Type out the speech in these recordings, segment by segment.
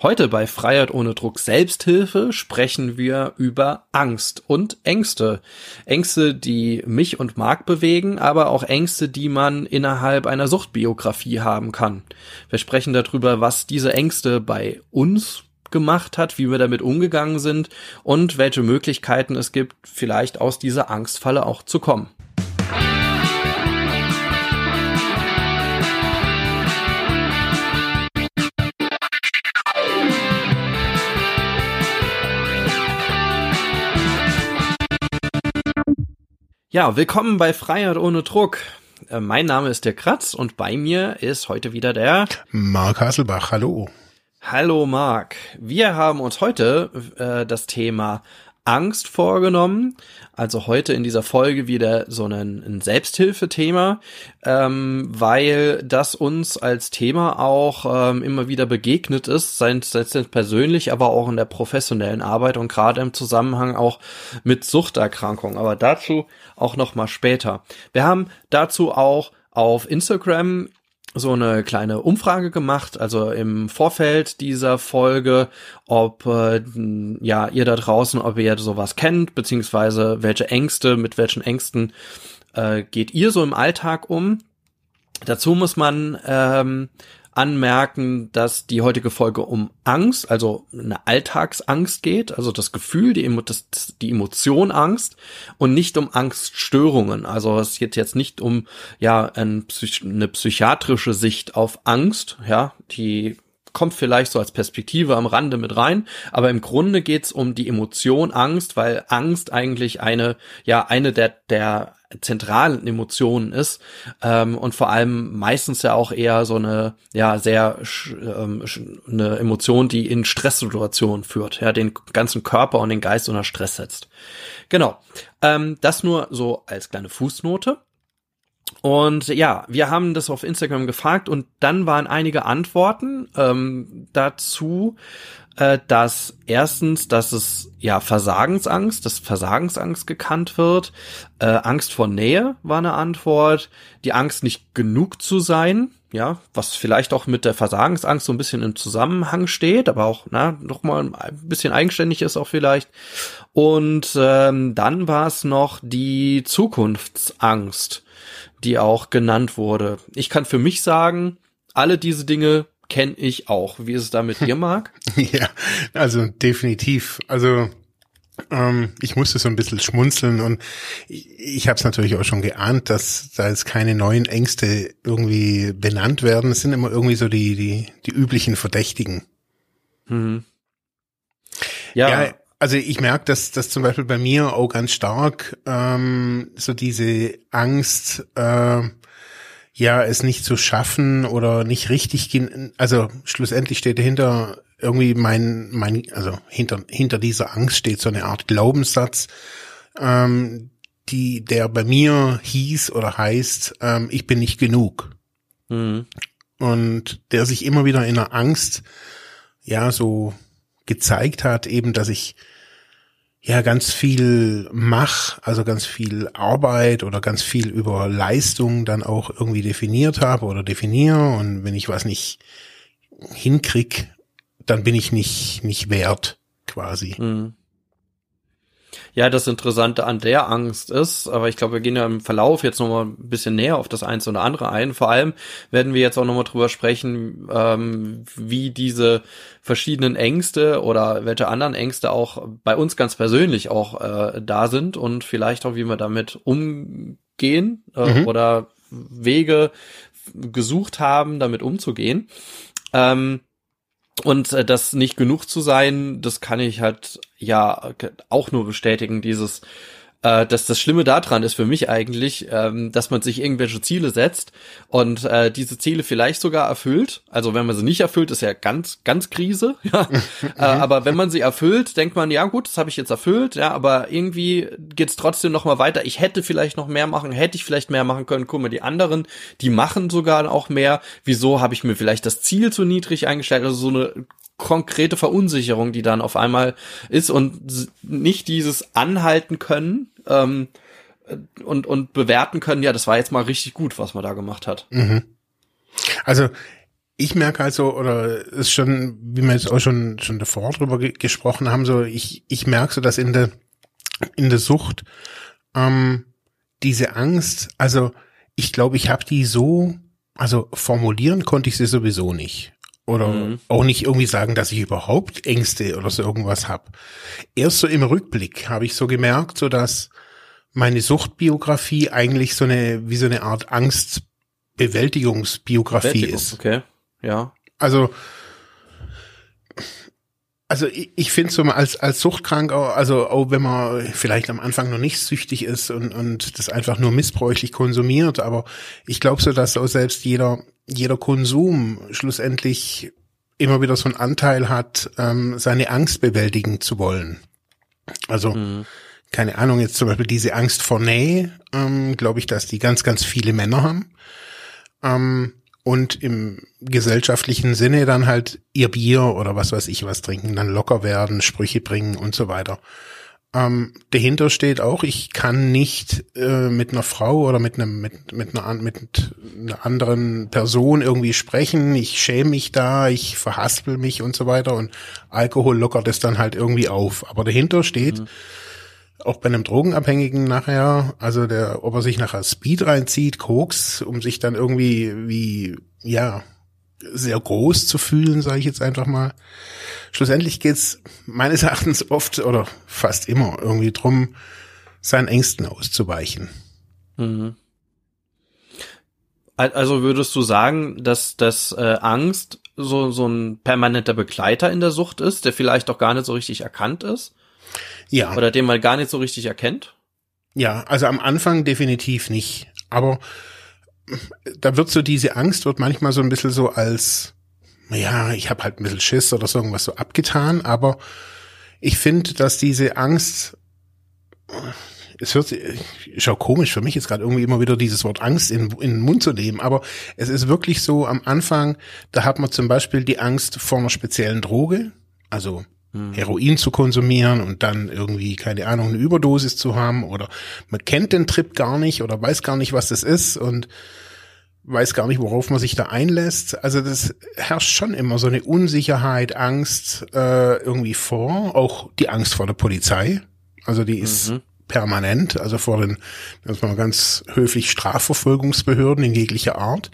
Heute bei Freiheit ohne Druck Selbsthilfe sprechen wir über Angst und Ängste. Ängste, die mich und Marc bewegen, aber auch Ängste, die man innerhalb einer Suchtbiografie haben kann. Wir sprechen darüber, was diese Ängste bei uns gemacht hat, wie wir damit umgegangen sind und welche Möglichkeiten es gibt, vielleicht aus dieser Angstfalle auch zu kommen. Ja, willkommen bei Freiheit ohne Druck. Mein Name ist der Kratz und bei mir ist heute wieder der Marc Hasselbach. Hallo. Hallo Marc. Wir haben uns heute das Thema Angst vorgenommen. Also heute in dieser Folge wieder so ein Selbsthilfethema, weil das uns als Thema auch immer wieder begegnet ist, sei es persönlich, aber auch in der professionellen Arbeit und gerade im Zusammenhang auch mit Suchterkrankungen. Aber dazu auch noch mal später. Wir haben dazu auch auf Instagram so eine kleine Umfrage gemacht, also im Vorfeld dieser Folge, ob ihr da draußen, ob ihr sowas kennt, beziehungsweise mit welchen Ängsten geht ihr so im Alltag um. Dazu muss man anmerken, dass die heutige Folge um Angst, also eine Alltagsangst geht, also das Gefühl, die Emotion Angst und nicht um Angststörungen. Also es geht jetzt nicht um eine psychiatrische Sicht auf Angst, die kommt vielleicht so als Perspektive am Rande mit rein, aber im Grunde geht's um die Emotion Angst, weil Angst eigentlich eine der zentralen Emotionen ist und vor allem meistens ja auch eher so eine eine Emotion, die in Stresssituationen führt, den ganzen Körper und den Geist unter Stress setzt. Genau, das nur so als kleine Fußnote. Und ja, wir haben das auf Instagram gefragt und dann waren einige Antworten dazu, dass erstens, dass es Versagensangst gekannt wird, Angst vor Nähe war eine Antwort, die Angst nicht genug zu sein, was vielleicht auch mit der Versagensangst so ein bisschen im Zusammenhang steht, aber auch noch mal ein bisschen eigenständig ist auch vielleicht. Und dann war es noch die Zukunftsangst, die auch genannt wurde. Ich kann für mich sagen, alle diese Dinge kenne ich auch. Wie ist es da mit dir, Marc? Ja, also definitiv. Also ich musste so ein bisschen schmunzeln und ich habe es natürlich auch schon geahnt, dass da jetzt keine neuen Ängste irgendwie benannt werden. Es sind immer irgendwie so die üblichen Verdächtigen. Mhm. Ja, also ich merke, dass das zum Beispiel bei mir auch ganz stark so diese Angst, es nicht zu schaffen oder nicht richtig, also schlussendlich steht dahinter irgendwie hinter dieser Angst steht so eine Art Glaubenssatz, der bei mir hieß oder heißt, ich bin nicht genug. Mhm. Und der sich immer wieder in der Angst, so gezeigt hat, eben, dass ich ganz viel mache, also ganz viel Arbeit oder ganz viel über Leistung dann auch irgendwie definiere und wenn ich was nicht hinkrieg, dann bin ich nicht wert, quasi. Mhm. Ja, das Interessante an der Angst ist, aber ich glaube, wir gehen ja im Verlauf jetzt nochmal ein bisschen näher auf das eins oder andere ein. Vor allem werden wir jetzt auch nochmal drüber sprechen, wie diese verschiedenen Ängste oder welche anderen Ängste auch bei uns ganz persönlich auch da sind und vielleicht auch, wie wir damit umgehen oder Wege gesucht haben, damit umzugehen. Und das nicht genug zu sein, das kann ich halt auch nur bestätigen, dass das Schlimme daran ist für mich eigentlich, dass man sich irgendwelche Ziele setzt und diese Ziele vielleicht sogar erfüllt. Also wenn man sie nicht erfüllt, ist ja ganz, ganz Krise. Aber wenn man sie erfüllt, denkt man, ja gut, das habe ich jetzt erfüllt, aber irgendwie geht's trotzdem noch mal weiter. Ich hätte vielleicht noch mehr machen, hätte ich vielleicht mehr machen können. Guck mal, die anderen, die machen sogar auch mehr. Wieso habe ich mir vielleicht das Ziel zu niedrig eingestellt? Also so eine konkrete Verunsicherung, die dann auf einmal ist und nicht dieses anhalten können und bewerten können, das war jetzt mal richtig gut, was man da gemacht hat. Mhm. Also ich merke also, oder ist schon, wie wir jetzt auch schon davor drüber gesprochen haben, so ich merke so, dass in der Sucht diese Angst, also ich glaube, ich habe die so, also formulieren konnte ich sie sowieso nicht. Oder auch nicht irgendwie sagen, dass ich überhaupt Ängste oder so irgendwas habe. Erst so im Rückblick habe ich so gemerkt, so dass meine Suchtbiografie eigentlich wie so eine Art Angstbewältigungsbiografie ist. Okay, ja. Also ich finde so mal als Suchtkranker, also auch wenn man vielleicht am Anfang noch nicht süchtig ist und das einfach nur missbräuchlich konsumiert, aber ich glaube so, dass auch selbst jeder Konsum schlussendlich immer wieder so einen Anteil hat, seine Angst bewältigen zu wollen. Also keine Ahnung, jetzt zum Beispiel diese Angst vor Nähe, glaube ich, dass die ganz, ganz viele Männer haben. Und im gesellschaftlichen Sinne dann halt ihr Bier oder was weiß ich was trinken, dann locker werden, Sprüche bringen und so weiter. Dahinter steht auch, ich kann nicht mit einer Frau oder mit einer anderen Person irgendwie sprechen, ich schäme mich da, ich verhaspel mich und so weiter und Alkohol lockert es dann halt irgendwie auf. Aber dahinter steht, auch bei einem Drogenabhängigen nachher, also ob er sich nachher Speed reinzieht, Koks, um sich dann irgendwie, sehr groß zu fühlen, sage ich jetzt einfach mal. Schlussendlich geht's meines Erachtens oft oder fast immer irgendwie drum, seinen Ängsten auszuweichen. Also würdest du sagen, dass Angst so ein permanenter Begleiter in der Sucht ist, der vielleicht auch gar nicht so richtig erkannt ist? Ja. Oder den man gar nicht so richtig erkennt? Ja, also am Anfang definitiv nicht. Aber da wird so diese Angst wird manchmal so ein bisschen so als, ich habe halt ein bisschen Schiss oder so irgendwas so abgetan. Aber ich finde, dass diese Angst, ist auch komisch für mich jetzt gerade irgendwie immer wieder dieses Wort Angst in den Mund zu nehmen. Aber es ist wirklich so am Anfang, da hat man zum Beispiel die Angst vor einer speziellen Droge, also Heroin zu konsumieren und dann irgendwie, keine Ahnung, eine Überdosis zu haben oder man kennt den Trip gar nicht oder weiß gar nicht, was das ist und weiß gar nicht, worauf man sich da einlässt. Also das herrscht schon immer so eine Unsicherheit, Angst irgendwie vor, auch die Angst vor der Polizei. Also die ist permanent, also vor den, das mal ganz höflich, Strafverfolgungsbehörden in jeglicher Art.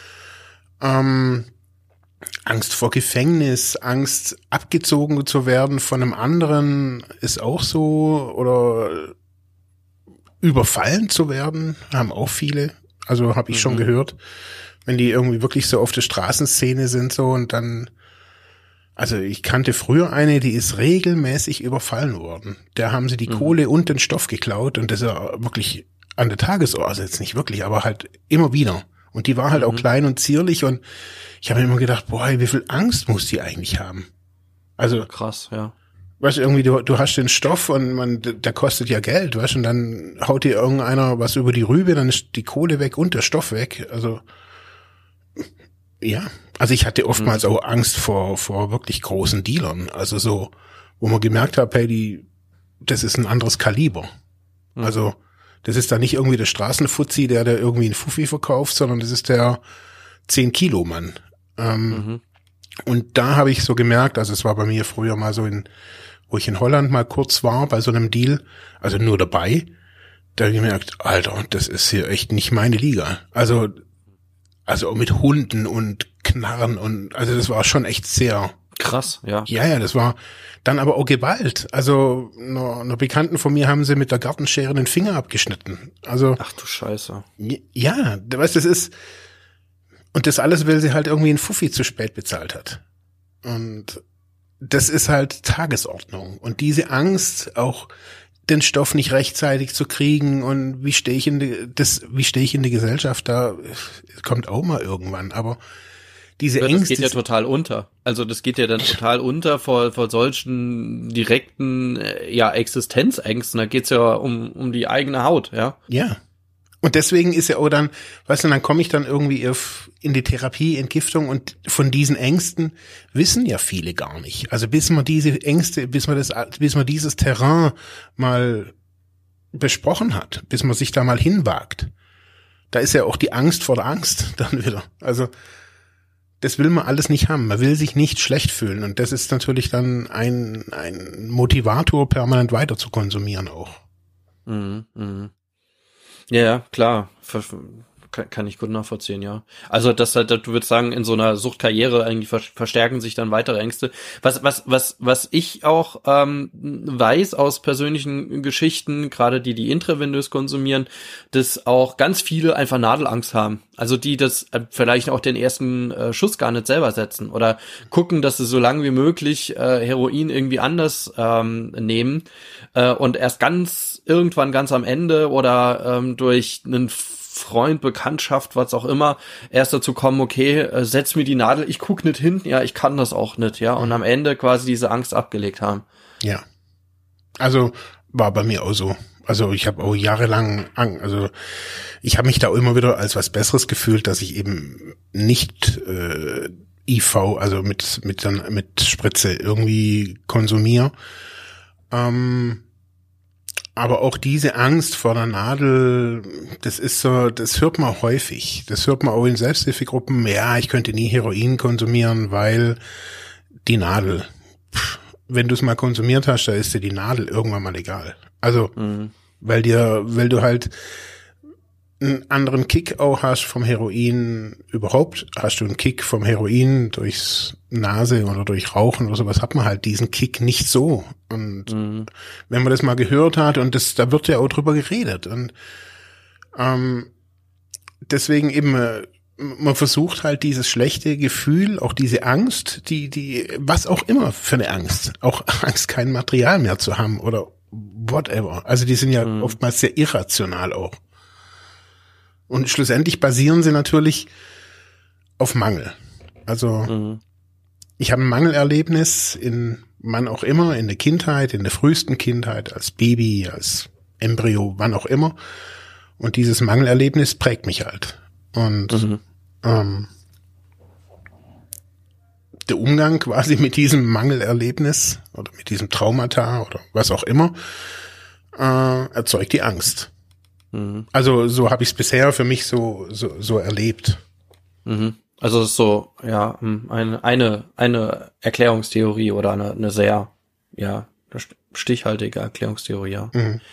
Angst vor Gefängnis, Angst abgezogen zu werden von einem anderen ist auch so, oder überfallen zu werden, haben auch viele, also habe ich schon gehört, wenn die irgendwie wirklich so auf der Straßenszene sind so und dann, also ich kannte früher eine, die ist regelmäßig überfallen worden. Da haben sie die Kohle und den Stoff geklaut und das ist ja wirklich an der Tagesordnung, also jetzt nicht wirklich, aber halt immer wieder. Und die war halt auch klein und zierlich und ich habe mir immer gedacht, boah, wie viel Angst muss die eigentlich haben? Also krass, ja. Weißt du, irgendwie, du hast den Stoff und der kostet ja Geld, weißt du, und dann haut dir irgendeiner was über die Rübe, dann ist die Kohle weg und der Stoff weg. Also ja, also ich hatte oftmals auch Angst vor wirklich großen Dealern. Also so, wo man gemerkt hat, hey, das ist ein anderes Kaliber. Also das ist da nicht irgendwie der Straßenfuzzi, der irgendwie einen Fuffi verkauft, sondern das ist der 10-Kilo-Mann. Und da habe ich so gemerkt, also es war bei mir früher mal so wo ich in Holland mal kurz war bei so einem Deal, also nur dabei, da habe ich gemerkt, Alter, das ist hier echt nicht meine Liga. Also auch mit Hunden und Knarren und, also das war schon echt sehr krass, ja. Ja, das war dann aber auch Gewalt. Also einer Bekannten von mir haben sie mit der Gartenschere den Finger abgeschnitten. Also ach du Scheiße. Ja, du weißt, das ist, und das alles, weil sie halt irgendwie einen Fuffi zu spät bezahlt hat. Und das ist halt Tagesordnung. Und diese Angst, auch den Stoff nicht rechtzeitig zu kriegen und wie stehe ich in die Gesellschaft, da kommt auch mal irgendwann. Aber diese Ängste. Das geht ja total unter. Also das geht ja dann total unter vor solchen direkten Existenzängsten. Da geht's ja um die eigene Haut, ja. Ja. Und deswegen ist ja auch dann, weißt du, dann komme ich dann irgendwie in die Therapie, Entgiftung und von diesen Ängsten wissen ja viele gar nicht. Also bis man diese Ängste, bis man dieses Terrain mal besprochen hat, bis man sich da mal hinwagt. Da ist ja auch die Angst vor der Angst dann wieder. Also das will man alles nicht haben. Man will sich nicht schlecht fühlen. Und das ist natürlich dann ein Motivator, permanent weiter zu konsumieren auch. Mhm, mhm. Ja, klar. Kann ich gut nachvollziehen, ja. Also das halt, du würdest sagen, in so einer Suchtkarriere eigentlich verstärken sich dann weitere Ängste. Was ich auch weiß aus persönlichen Geschichten, gerade die intravenös konsumieren, dass auch ganz viele einfach Nadelangst haben. Also die das vielleicht auch den ersten Schuss gar nicht selber setzen oder gucken, dass sie so lange wie möglich Heroin irgendwie anders nehmen und erst irgendwann ganz am Ende oder durch einen Freund, Bekanntschaft, was auch immer, erst dazu kommen, okay, setz mir die Nadel, ich guck nicht hin, ja, ich kann das auch nicht, ja, und am Ende quasi diese Angst abgelegt haben. Ja. Also war bei mir auch so. Also ich habe auch jahrelang ich habe mich da immer wieder als was Besseres gefühlt, dass ich eben nicht IV, also mit Spritze irgendwie konsumiere. Aber auch diese Angst vor der Nadel, das hört man häufig. Das hört man auch in Selbsthilfegruppen. Ja, ich könnte nie Heroin konsumieren, weil die Nadel. Wenn du es mal konsumiert hast, da ist dir die Nadel irgendwann mal egal. Also, weil du halt einen anderen Kick auch hast vom Heroin. Überhaupt hast du einen Kick vom Heroin durchs Nase oder durch Rauchen oder sowas, hat man halt diesen Kick nicht so. Und wenn man das mal gehört hat, und da wird ja auch drüber geredet. Und deswegen eben, man versucht halt dieses schlechte Gefühl, auch diese Angst, die was auch immer für eine Angst, auch Angst, kein Material mehr zu haben oder whatever. Also die sind ja oftmals sehr irrational auch. Und schlussendlich basieren sie natürlich auf Mangel. Also ich habe ein Mangelerlebnis wann auch immer, in der Kindheit, in der frühesten Kindheit, als Baby, als Embryo, wann auch immer. Und dieses Mangelerlebnis prägt mich halt. Und der Umgang quasi mit diesem Mangelerlebnis oder mit diesem Traumata oder was auch immer erzeugt die Angst. Also so habe ich es bisher für mich so erlebt. Also es ist so, ja, eine Erklärungstheorie oder eine sehr, ja, stichhaltige Erklärungstheorie, ja.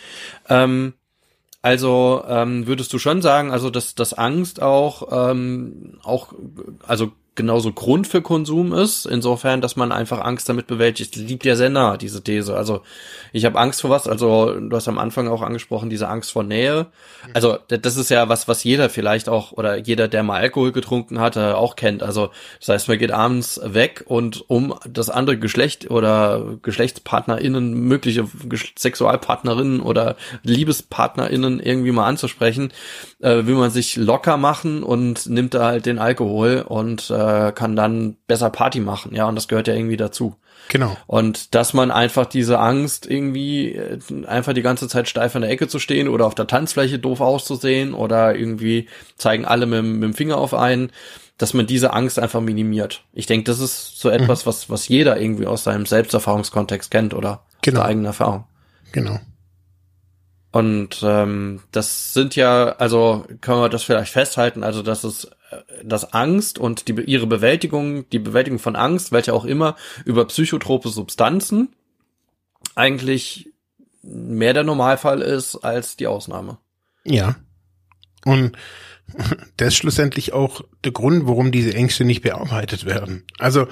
Also würdest du schon sagen, also dass Angst auch also genauso Grund für Konsum ist, insofern, dass man einfach Angst damit bewältigt, liegt ja sehr nah, diese These. Also ich habe Angst vor was, also du hast am Anfang auch angesprochen, diese Angst vor Nähe. Also das ist ja was jeder vielleicht auch, oder jeder, der mal Alkohol getrunken hat, auch kennt. Also das heißt, man geht abends weg und um das andere Geschlecht oder GeschlechtspartnerInnen, mögliche Sexualpartnerinnen oder LiebespartnerInnen irgendwie mal anzusprechen, will man sich locker machen und nimmt da halt den Alkohol und kann dann besser Party machen, ja, und das gehört ja irgendwie dazu. Genau. Und dass man einfach diese Angst irgendwie einfach die ganze Zeit steif in der Ecke zu stehen oder auf der Tanzfläche doof auszusehen oder irgendwie zeigen alle mit dem Finger auf einen, dass man diese Angst einfach minimiert. Ich denke, das ist so etwas, was jeder irgendwie aus seinem Selbsterfahrungskontext kennt oder aus der eigenen Erfahrung. Genau. Und das sind ja, also können wir das vielleicht festhalten, also dass es dass Angst und ihre Bewältigung, die Bewältigung von Angst, welche auch immer, über psychotrope Substanzen eigentlich mehr der Normalfall ist als die Ausnahme. Ja. Und das ist schlussendlich auch der Grund, warum diese Ängste nicht bearbeitet werden. Also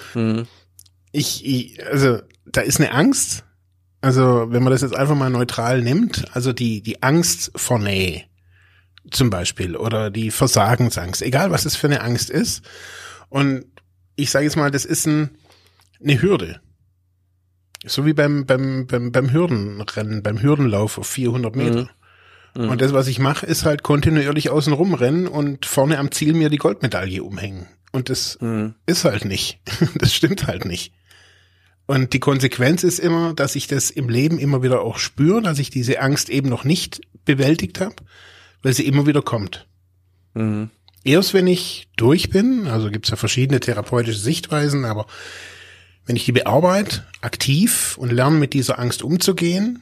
also da ist eine Angst. Also wenn man das jetzt einfach mal neutral nimmt, also die Angst vor Nähe zum Beispiel oder die Versagensangst, egal was es für eine Angst ist. Und ich sage jetzt mal, das ist eine Hürde. So wie beim Hürdenrennen, beim Hürdenlauf auf 400 Meter. Und das, was ich mache, ist halt kontinuierlich außen rumrennen und vorne am Ziel mir die Goldmedaille umhängen. Und das ist halt nicht. Das stimmt halt nicht. Und die Konsequenz ist immer, dass ich das im Leben immer wieder auch spüre, dass ich diese Angst eben noch nicht bewältigt habe, weil sie immer wieder kommt. Erst wenn ich durch bin, also gibt's ja verschiedene therapeutische Sichtweisen, aber wenn ich die bearbeite, aktiv und lerne mit dieser Angst umzugehen,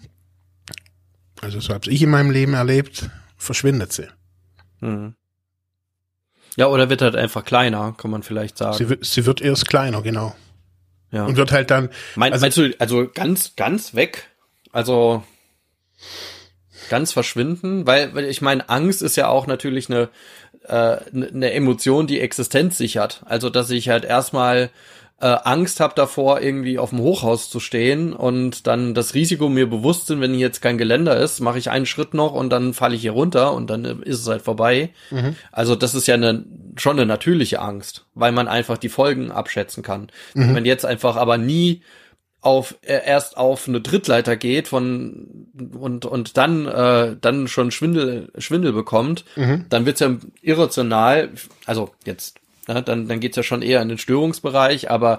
also so habe ich in meinem Leben erlebt, verschwindet sie. Ja, oder wird halt einfach kleiner, kann man vielleicht sagen. Sie wird erst kleiner, genau. Ja. Und wird halt dann. Meinst du, also ganz weg? Also ganz verschwinden? Weil ich meine, Angst ist ja auch natürlich eine Emotion, die Existenz sichert. Also, dass ich halt erstmal Angst habe davor, irgendwie auf dem Hochhaus zu stehen und dann das Risiko mir bewusst sind, wenn hier jetzt kein Geländer ist, mache ich einen Schritt noch und dann falle ich hier runter und dann ist es halt vorbei. Mhm. Also das ist ja schon eine natürliche Angst, weil man einfach die Folgen abschätzen kann. Mhm. Wenn man jetzt einfach aber nie erst auf eine Trittleiter geht und dann schon Schwindel bekommt, dann wird's ja irrational, also jetzt dann geht's ja schon eher in den Störungsbereich, aber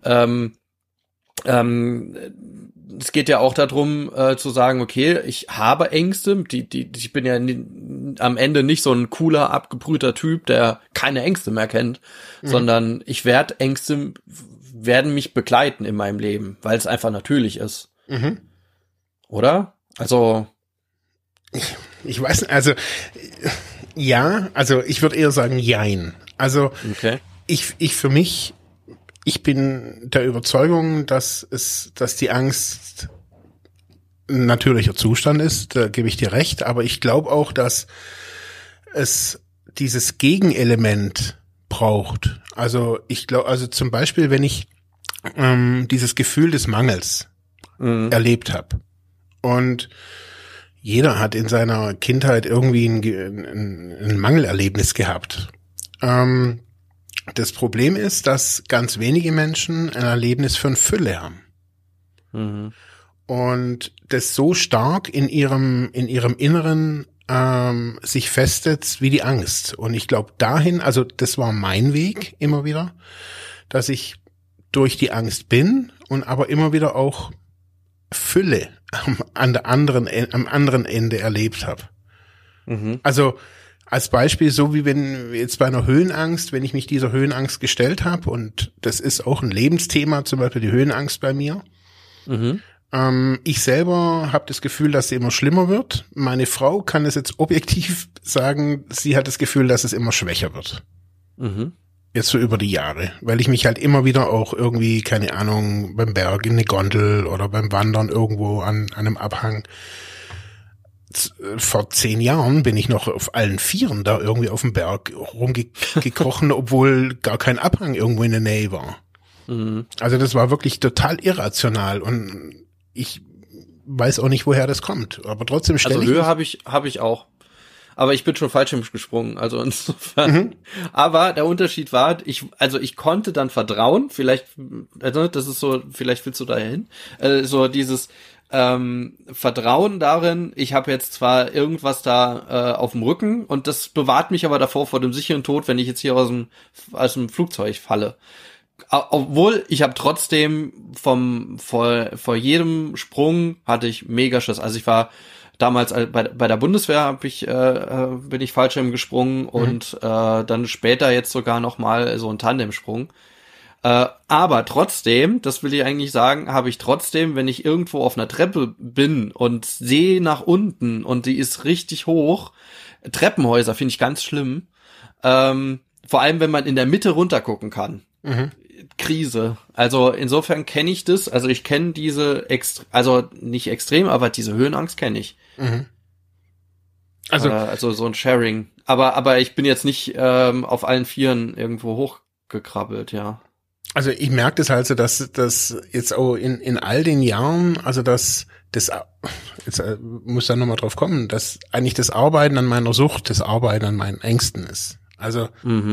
es geht ja auch darum, zu sagen, okay, ich habe Ängste, ich bin ja am Ende nicht so ein cooler, abgebrühter Typ, der keine Ängste mehr kennt, sondern Ängste werden mich begleiten in meinem Leben, weil es einfach natürlich ist. Mhm. Oder? Also ich weiß, also ja, also ich würde eher sagen jein. Also okay. Ich für mich, ich bin der Überzeugung, dass die Angst ein natürlicher Zustand ist, da gebe ich dir recht, aber ich glaube auch, dass es dieses Gegenelement braucht. Also ich glaube, also zum Beispiel, wenn ich dieses Gefühl des Mangels erlebt habe und jeder hat in seiner Kindheit irgendwie ein Mangelerlebnis gehabt. Das Problem ist, dass ganz wenige Menschen ein Erlebnis von Fülle haben. Mhm. Und das so stark in ihrem Inneren sich festsetzt wie die Angst. Und ich glaube dahin, also das war mein Weg immer wieder, dass ich durch die Angst bin und aber immer wieder auch Fülle am anderen Ende erlebt habe. Mhm. Also als Beispiel, so wie wenn jetzt bei einer Höhenangst, wenn ich mich dieser Höhenangst gestellt habe, und das ist auch ein Lebensthema, zum Beispiel die Höhenangst bei mir. Mhm. Ich selber habe das Gefühl, dass sie immer schlimmer wird. Meine Frau kann es jetzt objektiv sagen, sie hat das Gefühl, dass es immer schwächer wird. Mhm. Jetzt so über die Jahre, weil ich mich halt immer wieder auch irgendwie, keine Ahnung, beim Berg in eine Gondel oder beim Wandern irgendwo an einem Abhang. Vor 10 Jahren bin ich noch auf allen Vieren da irgendwie auf dem Berg rumgekrochen, obwohl gar kein Abhang irgendwo in der Nähe war. Mhm. Also das war wirklich total irrational und ich weiß auch nicht, woher das kommt. Aber trotzdem stelle ich Höhe habe ich auch. Aber ich bin schon Fallschirm gesprungen, also insofern. Mhm. Aber der Unterschied war, ich konnte dann vertrauen, vielleicht, also das ist so, vielleicht willst du da hin, so dieses Vertrauen darin, ich habe jetzt zwar irgendwas da auf dem Rücken und das bewahrt mich aber davor vor dem sicheren Tod, wenn ich jetzt hier aus dem Flugzeug falle. Obwohl, ich habe trotzdem vor jedem Sprung hatte ich mega Schiss. Also ich war damals bei der Bundeswehr bin ich Fallschirm gesprungen und dann später jetzt sogar noch mal so einen Tandemsprung. Aber trotzdem, das will ich eigentlich sagen, habe ich trotzdem, wenn ich irgendwo auf einer Treppe bin und sehe nach unten und die ist richtig hoch, Treppenhäuser finde ich ganz schlimm, vor allem wenn man in der Mitte runtergucken kann. Mhm. Krise. Also insofern kenne ich das, also ich kenne diese, also nicht extrem, aber diese Höhenangst kenne ich. Mhm. Also so ein Sharing. Aber ich bin jetzt nicht auf allen Vieren irgendwo hochgekrabbelt, ja. Also ich merke das halt so, dass das jetzt auch in all den Jahren, also das jetzt muss da nochmal drauf kommen, dass eigentlich das Arbeiten an meiner Sucht, das Arbeiten an meinen Ängsten ist. Also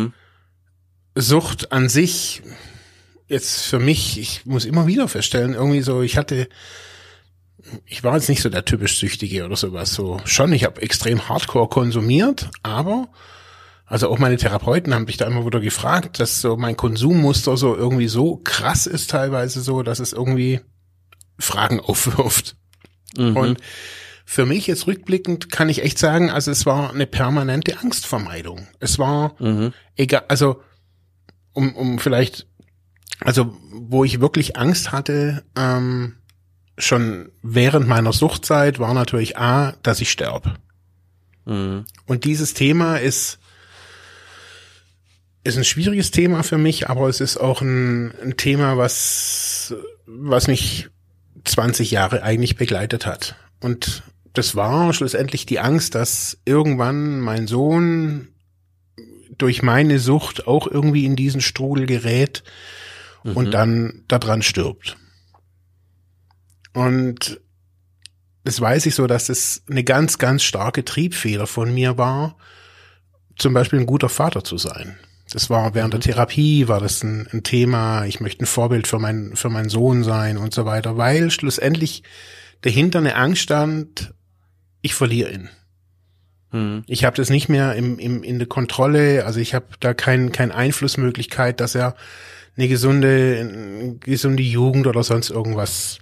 Sucht an sich, jetzt für mich, ich muss immer wieder feststellen, irgendwie so, ich war jetzt nicht so der typisch Süchtige oder sowas, so schon, ich habe extrem hardcore konsumiert, aber also auch meine Therapeuten haben mich da immer wieder gefragt, dass so mein Konsummuster so irgendwie so krass ist teilweise so, dass es irgendwie Fragen aufwirft. Mhm. Und für mich jetzt rückblickend kann ich echt sagen, also es war eine permanente Angstvermeidung. Es war egal, also um vielleicht, also wo ich wirklich Angst hatte, schon während meiner Suchtzeit war natürlich dass ich sterbe. Mhm. Und dieses Thema ist ist ein schwieriges Thema für mich, aber es ist auch ein Thema, was mich 20 Jahre eigentlich begleitet hat. Und das war schlussendlich die Angst, dass irgendwann mein Sohn durch meine Sucht auch irgendwie in diesen Strudel gerät und dann daran stirbt. Und das weiß ich so, dass es eine ganz, ganz starke Triebfeder von mir war, zum Beispiel ein guter Vater zu sein. Das war während der Therapie, war das ein Thema, ich möchte ein Vorbild für meinen Sohn sein und so weiter, weil schlussendlich dahinter eine Angst stand, ich verliere ihn. Ich habe das nicht mehr in der Kontrolle, also ich habe da kein Einflussmöglichkeit, dass er eine gesunde Jugend oder sonst irgendwas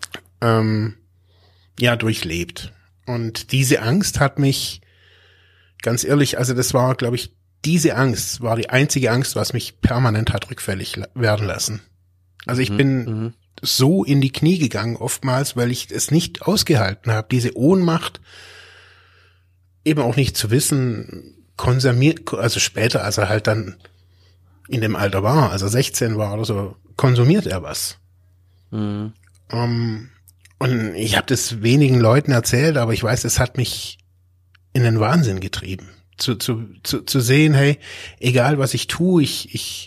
durchlebt. Und diese Angst hat mich, ganz ehrlich, also das war, glaube ich, diese Angst war die einzige Angst, was mich permanent hat rückfällig werden lassen. Also ich bin so in die Knie gegangen oftmals, weil ich es nicht ausgehalten habe, diese Ohnmacht eben auch nicht zu wissen, konsumiert, also später, als er halt dann in dem Alter war, als er 16 war oder so, konsumiert er was. Und ich habe das wenigen Leuten erzählt, aber ich weiß, es hat mich in den Wahnsinn getrieben. Zu sehen, hey, egal was ich tue, ich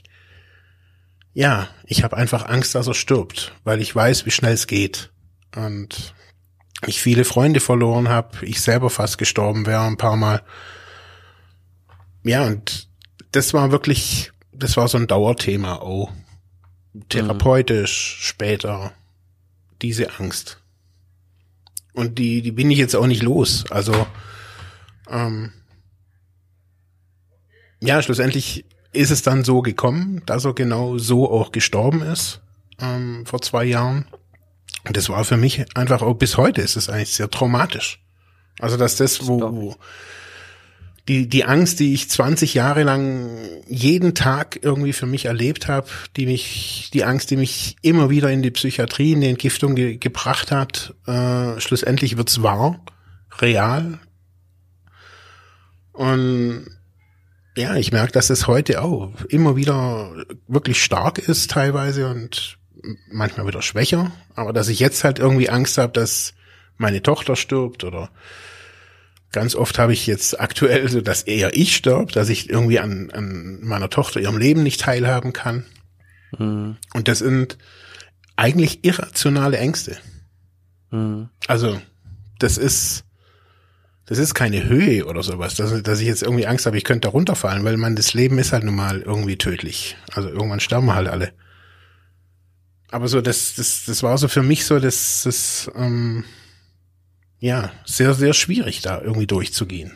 habe einfach Angst, dass er stirbt, weil ich weiß, wie schnell es geht. Und ich viele Freunde verloren habe, ich selber fast gestorben wäre ein paar Mal. Ja, und das war so ein Dauerthema auch. Therapeutisch, später, diese Angst. Und die bin ich jetzt auch nicht los. Also, schlussendlich ist es dann so gekommen, dass er genau so auch gestorben ist, vor 2 Jahren. Und das war für mich einfach, auch bis heute ist es eigentlich sehr traumatisch. Also, dass das, wo die Angst, die ich 20 Jahre lang jeden Tag irgendwie für mich erlebt habe, die Angst, die mich immer wieder in die Psychiatrie, in die Entgiftung gebracht hat, schlussendlich wird's wahr, real. Und ja, ich merke, dass es heute auch immer wieder wirklich stark ist teilweise und manchmal wieder schwächer, aber dass ich jetzt halt irgendwie Angst habe, dass meine Tochter stirbt oder ganz oft habe ich jetzt aktuell so, dass eher ich stirb, dass ich irgendwie an meiner Tochter ihrem Leben nicht teilhaben kann. Und das sind eigentlich irrationale Ängste. Also das ist keine Höhe oder sowas, dass ich jetzt irgendwie Angst habe, ich könnte da runterfallen, weil das Leben ist halt nun mal irgendwie tödlich. Also irgendwann sterben halt alle. Aber so, das war so für mich so, sehr, sehr schwierig, da irgendwie durchzugehen.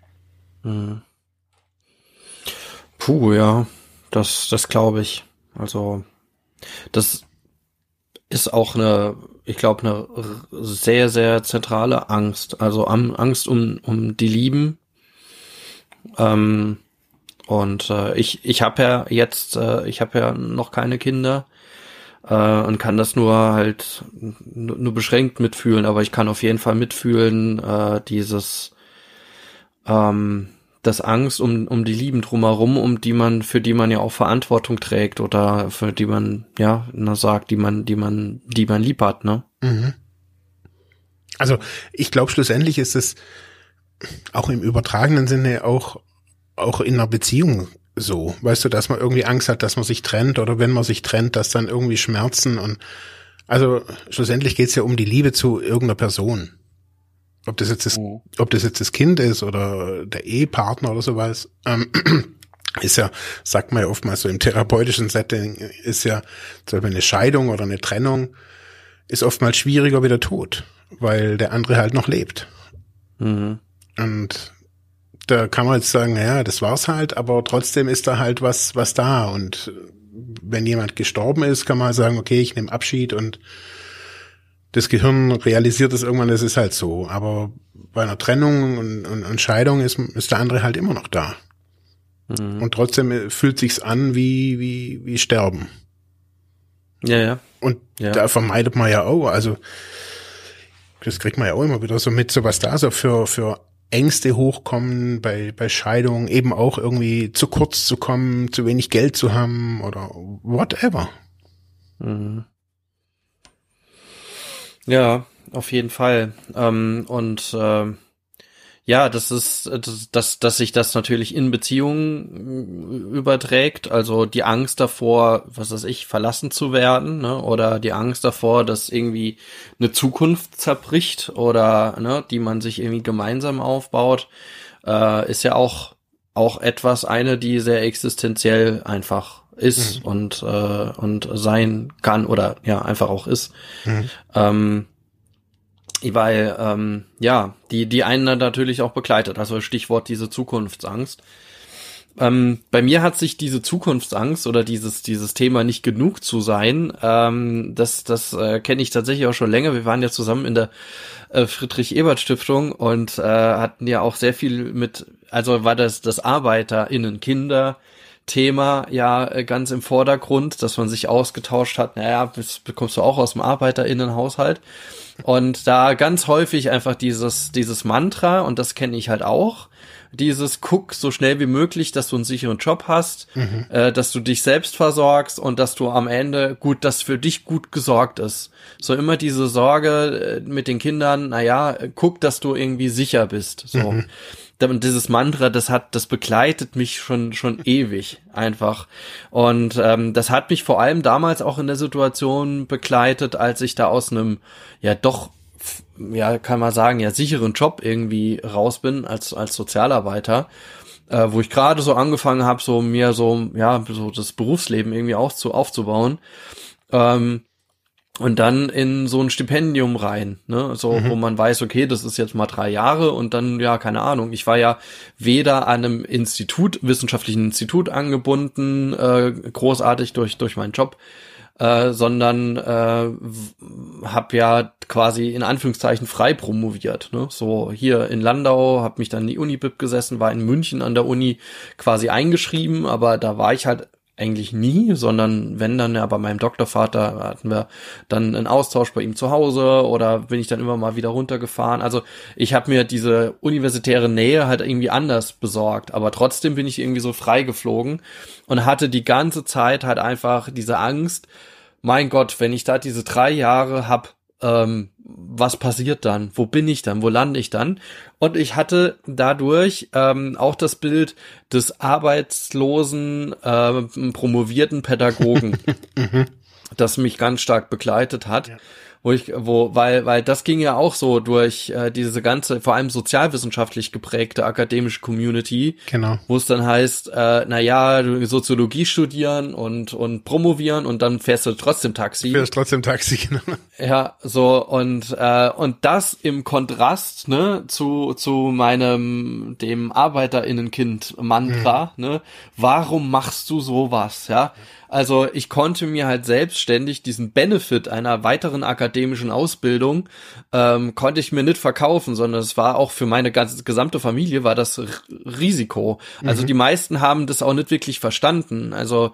Puh, ja, das glaube ich. Also, das ist auch ich glaube, eine sehr, sehr zentrale Angst. Also Angst um die Lieben. Ich habe ja jetzt, ich habe ja noch keine Kinder. Und kann das nur beschränkt mitfühlen, aber ich kann auf jeden Fall mitfühlen, das Angst um die Lieben drumherum, für die man ja auch Verantwortung trägt oder für die man, sagt, die man lieb hat, ne? Also, ich glaube, schlussendlich ist es auch im übertragenen Sinne auch in einer Beziehung so, weißt du, dass man irgendwie Angst hat, dass man sich trennt oder wenn man sich trennt, dass dann irgendwie Schmerzen und also schlussendlich geht's ja um die Liebe zu irgendeiner Person. Ob das jetzt das Kind ist oder der Ehepartner oder sowas, ist ja, sagt man ja oftmals so im therapeutischen Setting, ist ja zum Beispiel eine Scheidung oder eine Trennung ist oftmals schwieriger wie der Tod, weil der andere halt noch lebt. Und da kann man jetzt sagen, ja, das war's halt, aber trotzdem ist da halt was da und wenn jemand gestorben ist, kann man sagen, okay, ich nehme Abschied und das Gehirn realisiert es irgendwann, das ist halt so, aber bei einer Trennung und Scheidung ist der andere halt immer noch da. Und trotzdem fühlt sich's an wie Sterben. Ja. Und da vermeidet man ja auch, also das kriegt man ja auch immer wieder so mit, so was da so für Ängste hochkommen bei Scheidung, eben auch irgendwie zu kurz zu kommen, zu wenig Geld zu haben oder whatever. Mhm. Ja, auf jeden Fall. Ja, das ist, dass sich das natürlich in Beziehungen überträgt. Also die Angst davor, was weiß ich, verlassen zu werden, ne? Oder die Angst davor, dass irgendwie eine Zukunft zerbricht oder ne, die man sich irgendwie gemeinsam aufbaut, ist ja auch eine, die sehr existenziell einfach ist und sein kann oder ja einfach auch ist. Weil die einen dann natürlich auch begleitet, also Stichwort diese Zukunftsangst. Bei mir hat sich diese Zukunftsangst oder dieses Thema nicht genug zu sein, das kenne ich tatsächlich auch schon länger. Wir waren ja zusammen in der Friedrich-Ebert-Stiftung und hatten ja auch sehr viel also war das ArbeiterInnen-Kinder Thema ja ganz im Vordergrund, dass man sich ausgetauscht hat, naja, das bekommst du auch aus dem ArbeiterInnenhaushalt. Und da ganz häufig einfach dieses Mantra, und das kenne ich halt auch, guck so schnell wie möglich, dass du einen sicheren Job hast, dass du dich selbst versorgst und dass du am Ende dass für dich gut gesorgt ist. So immer diese Sorge mit den Kindern, naja, guck, dass du irgendwie sicher bist, so. Und dieses Mantra, das begleitet mich schon ewig einfach. Und das hat mich vor allem damals auch in der Situation begleitet, als ich da aus einem kann man sagen, sicheren Job irgendwie raus bin als Sozialarbeiter, wo ich gerade so angefangen habe, so das Berufsleben irgendwie aufzubauen. Und dann in so ein Stipendium rein, ne, so, wo man weiß, okay, das ist jetzt mal 3 Jahre und dann, ja, keine Ahnung. Ich war ja weder an einem wissenschaftlichen Institut angebunden, großartig durch meinen Job, sondern habe ja quasi in Anführungszeichen frei promoviert, ne, so hier in Landau, habe mich dann in die Uni-Bib gesessen, war in München an der Uni quasi eingeschrieben, aber da war ich halt eigentlich nie, sondern wenn dann ja bei meinem Doktorvater hatten wir dann einen Austausch bei ihm zu Hause oder bin ich dann immer mal wieder runtergefahren. Also ich habe mir diese universitäre Nähe halt irgendwie anders besorgt, aber trotzdem bin ich irgendwie so frei geflogen und hatte die ganze Zeit halt einfach diese Angst, mein Gott, wenn ich da diese 3 Jahre hab, was passiert dann? Wo bin ich dann? Wo lande ich dann? Und ich hatte dadurch auch das Bild des arbeitslosen, promovierten Pädagogen, das mich ganz stark begleitet hat. Ja. Weil das ging ja auch so durch diese ganze, vor allem sozialwissenschaftlich geprägte akademische Community, genau, wo es dann heißt, du Soziologie studieren und promovieren und dann fährst du trotzdem Taxi. Genau. Ja, so und das im Kontrast, ne, zu dem ArbeiterInnenkind-Mantra, ne, warum machst du sowas, ja? Also ich konnte mir halt selbstständig diesen Benefit einer weiteren akademischen Ausbildung konnte ich mir nicht verkaufen, sondern es war auch für meine gesamte Familie war das Risiko. Also die meisten haben das auch nicht wirklich verstanden. Also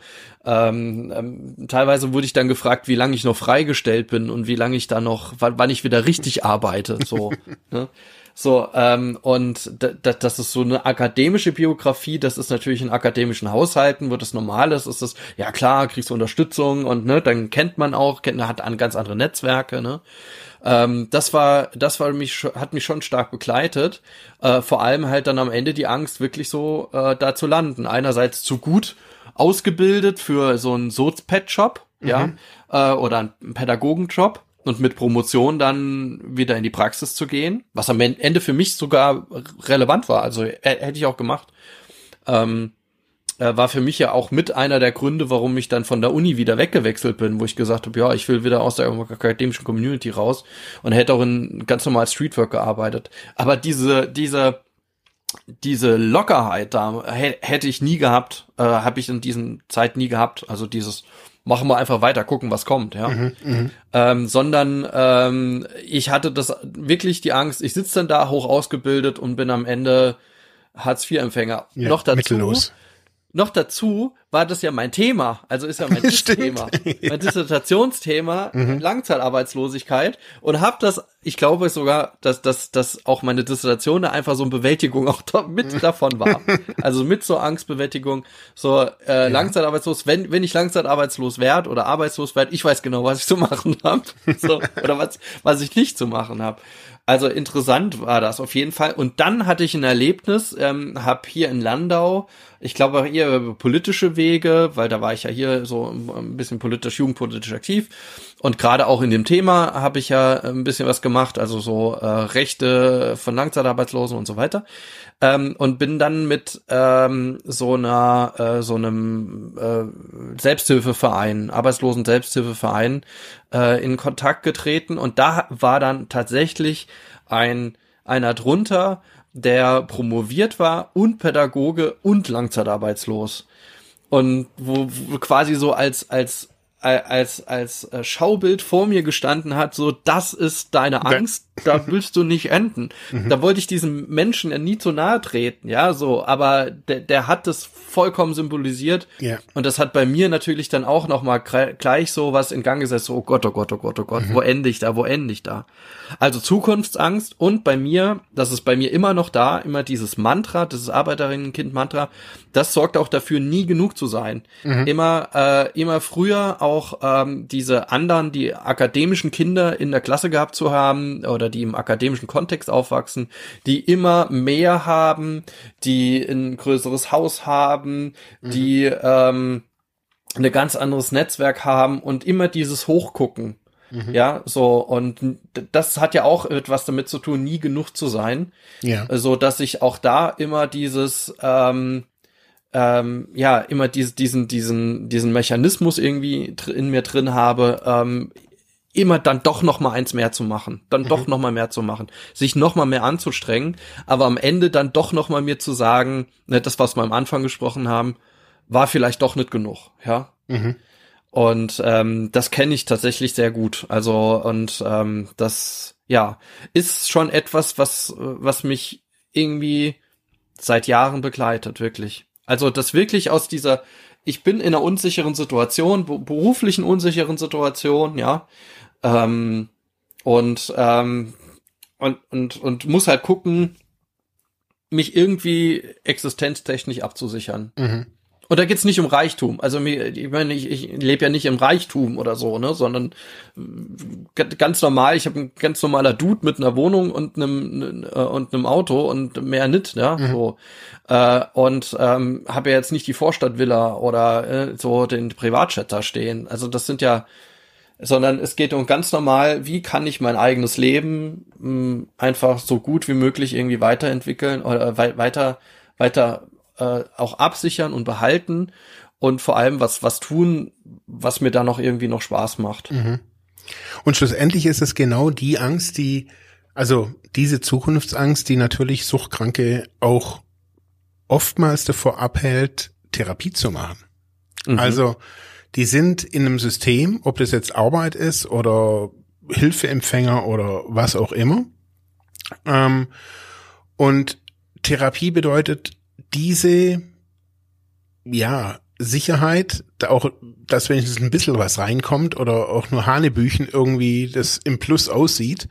teilweise wurde ich dann gefragt, wie lange ich noch freigestellt bin und wie lange ich da noch, wann ich wieder richtig arbeite, so. Ne? So, und das ist so eine akademische Biografie, das ist natürlich in akademischen Haushalten, wo das normal ist das, ja klar, kriegst du Unterstützung und ne, dann kennt man auch, hat ganz andere Netzwerke, ne. Das hat mich schon stark begleitet, vor allem halt dann am Ende die Angst, wirklich so da zu landen. Einerseits zu gut ausgebildet für so einen Soz-Pet-Job, ja, oder einen Pädagogenjob. Und mit Promotion dann wieder in die Praxis zu gehen, was am Ende für mich sogar relevant war, also hätte ich auch gemacht, war für mich ja auch mit einer der Gründe, warum ich dann von der Uni wieder weggewechselt bin, wo ich gesagt habe, ja, ich will wieder aus der akademischen Community raus und hätte auch in ganz normal Streetwork gearbeitet. Aber diese Lockerheit da hätte ich nie gehabt, habe ich in diesen Zeit nie gehabt, also dieses machen wir einfach weiter, gucken, was kommt, ja. Sondern ich hatte das wirklich die Angst, ich sitze dann da hoch ausgebildet und bin am Ende Hartz-IV-Empfänger. Ja, mittellos. Noch dazu, war das ja mein Thema, also ist ja mein Thema, mein Dissertationsthema, Langzeitarbeitslosigkeit, und habe das, ich glaube sogar, dass auch meine Dissertation da einfach so eine Bewältigung auch mit davon war. Also mit so Angstbewältigung, so langzeitarbeitslos, wenn ich langzeitarbeitslos werde oder arbeitslos werde, ich weiß genau, was ich zu machen habe, so, oder was ich nicht zu machen habe. Also interessant war das auf jeden Fall. Und dann hatte ich ein Erlebnis, habe hier in Landau, ich glaube auch eher über politische Wege, weil da war ich ja hier so ein bisschen jugendpolitisch aktiv. Und gerade auch in dem Thema habe ich ja ein bisschen was gemacht, also so Rechte von Langzeitarbeitslosen und so weiter. Und bin dann mit so einem Selbsthilfeverein, Arbeitslosen-Selbsthilfeverein in Kontakt getreten. Und da war dann tatsächlich einer drunter, der promoviert war und Pädagoge und langzeitarbeitslos. Und wo quasi so als Schaubild vor mir gestanden hat, so, das ist deine Angst, da willst du nicht enden. Da wollte ich diesem Menschen ja nie zu nahe treten, ja, so, aber der hat das vollkommen symbolisiert. Yeah. Und das hat bei mir natürlich dann auch nochmal gleich so was in Gang gesetzt, so, oh Gott, wo ende ich da? Also Zukunftsangst, und bei mir, das ist bei mir immer noch da, immer dieses Mantra, dieses Arbeiterinnen-Kind-Mantra, das sorgt auch dafür, nie genug zu sein. Immer früher auch diese anderen, die akademischen Kinder in der Klasse gehabt zu haben oder die im akademischen Kontext aufwachsen, die immer mehr haben, die ein größeres Haus haben, die ein ganz anderes Netzwerk haben und immer dieses Hochgucken. Ja, so, und das hat ja auch etwas damit zu tun, nie genug zu sein. Ja. So, dass ich auch da immer dieses immer diesen Mechanismus irgendwie in mir drin habe, immer dann doch noch mal eins mehr zu machen, doch noch mal mehr zu machen, sich noch mal mehr anzustrengen, aber am Ende dann doch noch mal mir zu sagen, ne, das, was wir am Anfang gesprochen haben, war vielleicht doch nicht genug, ja. Und das kenne ich tatsächlich sehr gut. Also, und das, ja, ist schon etwas, was mich irgendwie seit Jahren begleitet, wirklich. Also das wirklich aus dieser, ich bin in einer unsicheren Situation, beruflichen unsicheren Situation, ja, und muss halt gucken, mich irgendwie existenztechnisch abzusichern. Und da geht's nicht um Reichtum. Also ich meine, ich lebe ja nicht im Reichtum oder so, ne, sondern ganz normal. Ich habe ein ganz normaler Dude mit einer Wohnung und einem Auto und mehr nicht, ja, so. Und habe ja jetzt nicht die Vorstadtvilla oder so den Privatjet da stehen. Also das sind ja, sondern es geht um ganz normal, wie kann ich mein eigenes Leben einfach so gut wie möglich irgendwie weiterentwickeln oder weiter auch absichern und behalten und vor allem was tun, was mir da noch irgendwie noch Spaß macht. Und schlussendlich ist es genau die Angst, also diese Zukunftsangst, die natürlich Suchtkranke auch oftmals davor abhält, Therapie zu machen. Also die sind in einem System, ob das jetzt Arbeit ist oder Hilfeempfänger oder was auch immer. Und Therapie bedeutet diese, ja, Sicherheit, auch, dass wenigstens ein bisschen was reinkommt oder auch nur Hanebüchen irgendwie das im Plus aussieht,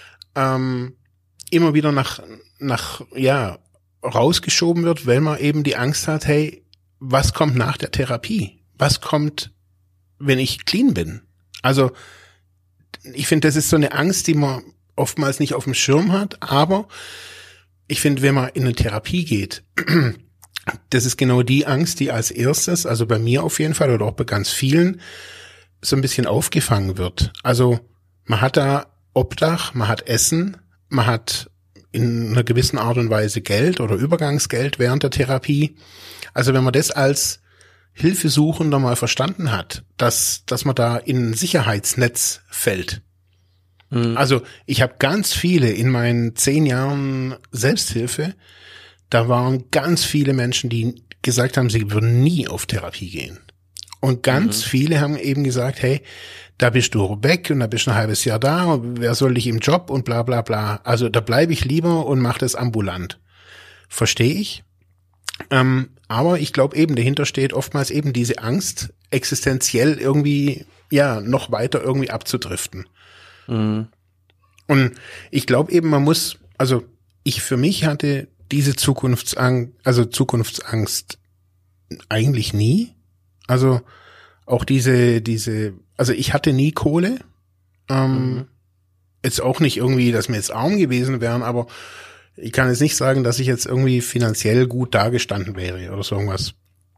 immer wieder nach rausgeschoben wird, weil man eben die Angst hat, hey, was kommt nach der Therapie? Was kommt, wenn ich clean bin? Also, ich finde, das ist so eine Angst, die man oftmals nicht auf dem Schirm hat, aber ich finde, wenn man in eine Therapie geht, das ist genau die Angst, die als erstes, also bei mir auf jeden Fall oder auch bei ganz vielen, so ein bisschen aufgefangen wird. Also man hat da Obdach, man hat Essen, man hat in einer gewissen Art und Weise Geld oder Übergangsgeld während der Therapie. Also wenn man das als Hilfesuchender mal verstanden hat, dass man da in ein Sicherheitsnetz fällt. Also ich habe ganz viele in meinen 10 Jahren Selbsthilfe, da waren ganz viele Menschen, die gesagt haben, sie würden nie auf Therapie gehen. Und ganz viele haben eben gesagt, hey, da bist du weg und da bist du ein halbes Jahr da und wer soll dich im Job und bla bla bla. Also da bleibe ich lieber und mache das ambulant. Verstehe ich. Aber ich glaube eben, dahinter steht oftmals eben diese Angst, existenziell irgendwie, ja, noch weiter irgendwie abzudriften. Mhm. Und ich glaube eben, man muss, also ich für mich hatte diese Zukunftsangst eigentlich nie. Also auch also ich hatte nie Kohle. Jetzt auch nicht irgendwie, dass wir jetzt arm gewesen wären, aber ich kann jetzt nicht sagen, dass ich jetzt irgendwie finanziell gut dagestanden wäre oder so irgendwas.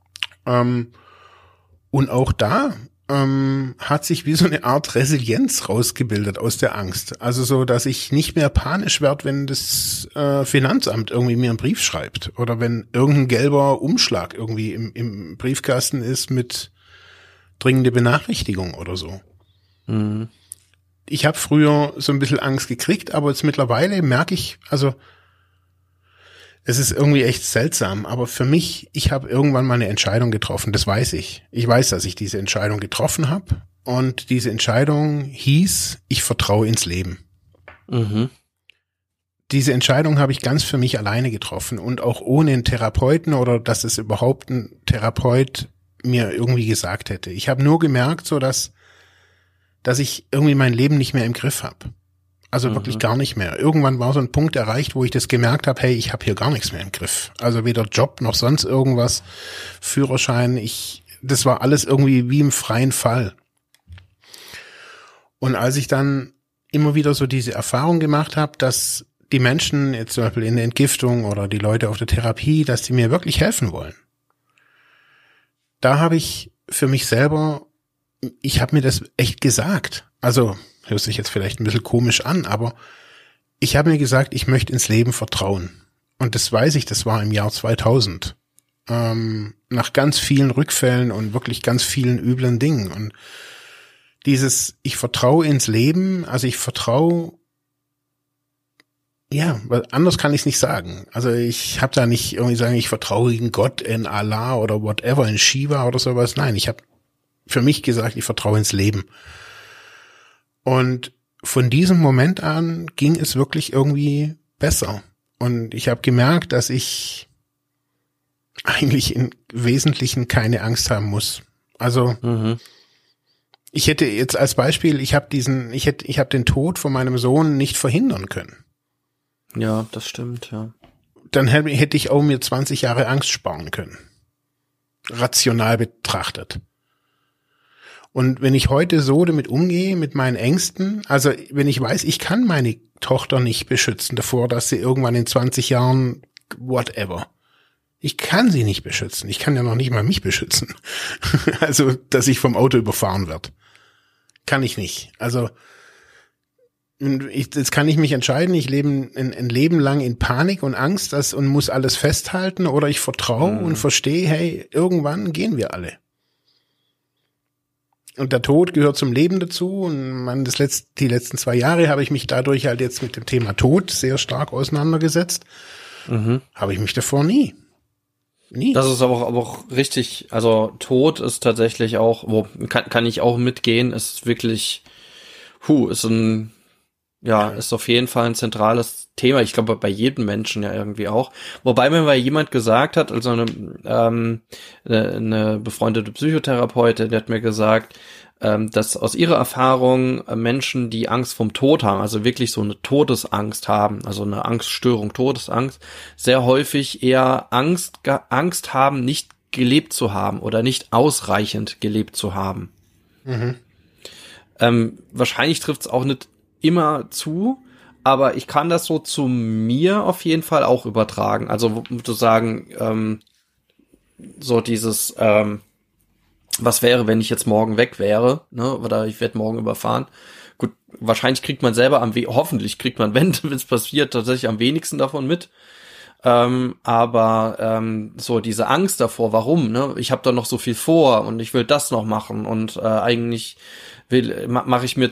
Und auch da hat sich wie so eine Art Resilienz rausgebildet aus der Angst. Also so, dass ich nicht mehr panisch werde, wenn das Finanzamt irgendwie mir einen Brief schreibt oder wenn irgendein gelber Umschlag irgendwie im Briefkasten ist mit dringende Benachrichtigung oder so. Mhm. Ich habe früher so ein bisschen Angst gekriegt, aber jetzt mittlerweile merke ich, also es ist irgendwie echt seltsam, aber für mich, ich habe irgendwann mal eine Entscheidung getroffen, das weiß ich. Ich weiß, dass ich diese Entscheidung getroffen habe und diese Entscheidung hieß, ich vertraue ins Leben. Mhm. Diese Entscheidung habe ich ganz für mich alleine getroffen und auch ohne einen Therapeuten oder dass es überhaupt ein Therapeut mir irgendwie gesagt hätte. Ich habe nur gemerkt, so dass ich irgendwie mein Leben nicht mehr im Griff habe. Also wirklich gar nicht mehr. Irgendwann war so ein Punkt erreicht, wo ich das gemerkt habe, hey, ich habe hier gar nichts mehr im Griff. Also weder Job noch sonst irgendwas, Führerschein, das war alles irgendwie wie im freien Fall. Und als ich dann immer wieder so diese Erfahrung gemacht habe, dass die Menschen, jetzt zum Beispiel in der Entgiftung oder die Leute auf der Therapie, dass die mir wirklich helfen wollen, da habe ich für mich selber, ich habe mir das echt gesagt. Also hört sich jetzt vielleicht ein bisschen komisch an, aber ich habe mir gesagt, ich möchte ins Leben vertrauen. Und das weiß ich, das war im Jahr 2000. Nach ganz vielen Rückfällen und wirklich ganz vielen üblen Dingen. Und dieses, ich vertraue ins Leben, also ich vertraue, ja, weil anders kann ich es nicht sagen. Also ich habe da nicht irgendwie sagen, ich vertraue in Gott, in Allah oder whatever, in Shiva oder sowas. Nein, ich habe für mich gesagt, ich vertraue ins Leben. Und von diesem Moment an ging es wirklich irgendwie besser. Und ich habe gemerkt, dass ich eigentlich im Wesentlichen keine Angst haben muss. Also ich hätte jetzt als Beispiel, ich habe den Tod von meinem Sohn nicht verhindern können. Ja, das stimmt, ja. Dann hätte ich auch mir 20 Jahre Angst sparen können. Rational betrachtet. Und wenn ich heute so damit umgehe, mit meinen Ängsten, also wenn ich weiß, ich kann meine Tochter nicht beschützen davor, dass sie irgendwann in 20 Jahren, whatever. Ich kann sie nicht beschützen. Ich kann ja noch nicht mal mich beschützen. Also, dass ich vom Auto überfahren werde. Kann ich nicht. Also, jetzt kann ich mich entscheiden, ich lebe ein Leben lang in Panik und Angst und muss alles festhalten, oder ich vertraue und verstehe, hey, irgendwann gehen wir alle. Und der Tod gehört zum Leben dazu. Und die letzten 2 Jahre habe ich mich dadurch halt jetzt mit dem Thema Tod sehr stark auseinandergesetzt. Habe ich mich davor nie. Das ist aber auch richtig, also Tod ist tatsächlich auch, kann ich auch mitgehen, ist wirklich, ist auf jeden Fall ein zentrales Thema. Ich glaube, bei jedem Menschen ja irgendwie auch. Wobei mir mal jemand gesagt hat, also eine befreundete Psychotherapeutin, die hat mir gesagt, dass aus ihrer Erfahrung Menschen, die Angst vom Tod haben, also wirklich so eine Todesangst haben, also eine Angststörung, Todesangst, sehr häufig eher Angst haben, nicht gelebt zu haben oder nicht ausreichend gelebt zu haben. Wahrscheinlich trifft es auch nicht immer zu, aber ich kann das so zu mir auf jeden Fall auch übertragen. Also sozusagen so dieses was wäre, wenn ich jetzt morgen weg wäre, ne? Oder ich werde morgen überfahren. Gut, wahrscheinlich kriegt man selber hoffentlich kriegt man, wenn es passiert, tatsächlich am wenigsten davon mit. Aber so diese Angst davor, warum, ne? Ich habe da noch so viel vor und ich will das noch machen und eigentlich mache ich mir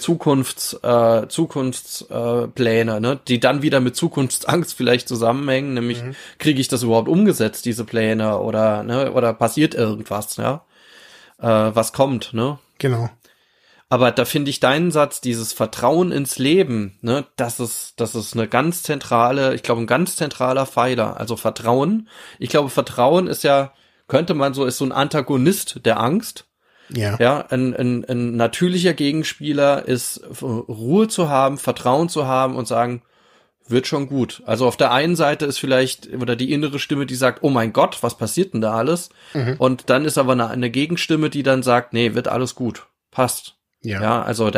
Zukunftspläne, ne, die dann wieder mit Zukunftsangst vielleicht zusammenhängen, nämlich kriege ich das überhaupt umgesetzt, diese Pläne, oder passiert irgendwas, ja, was kommt, ne? Genau. Aber da finde ich deinen Satz, dieses Vertrauen ins Leben, ne, das ist eine ein ganz zentraler Pfeiler. Also Vertrauen. Ich glaube, Vertrauen ist ja könnte man so, ist so ein Antagonist der Angst. Ja. Ja, ein natürlicher Gegenspieler ist Ruhe zu haben, Vertrauen zu haben und sagen, wird schon gut. Also auf der einen Seite ist vielleicht, oder die innere Stimme, die sagt, oh mein Gott, was passiert denn da alles? Und dann ist aber eine Gegenstimme, die dann sagt, nee, wird alles gut, passt. Ja, also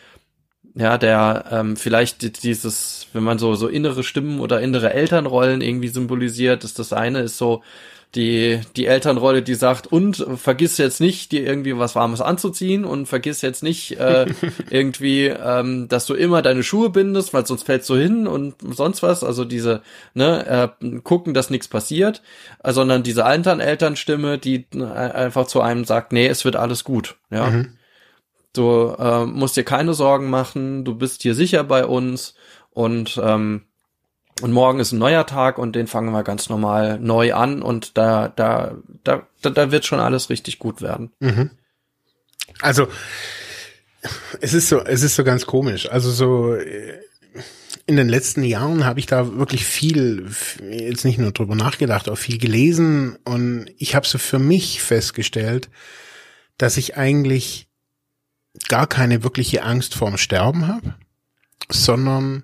vielleicht dieses, wenn man so innere Stimmen oder innere Elternrollen irgendwie symbolisiert, ist das eine ist so die Elternrolle, die sagt, und vergiss jetzt nicht, dir irgendwie was Warmes anzuziehen und vergiss jetzt nicht irgendwie, dass du immer deine Schuhe bindest, weil sonst fällst du hin und sonst was. Also diese, gucken, dass nichts passiert, sondern diese Elternstimme, die einfach zu einem sagt, nee, es wird alles gut. Ja, du musst dir keine Sorgen machen, du bist hier sicher bei uns und morgen ist ein neuer Tag und den fangen wir ganz normal neu an und da wird schon alles richtig gut werden. Also es ist so ganz komisch. Also so in den letzten Jahren habe ich da wirklich viel, jetzt nicht nur drüber nachgedacht, auch viel gelesen und ich habe so für mich festgestellt, dass ich eigentlich gar keine wirkliche Angst vorm Sterben habe, sondern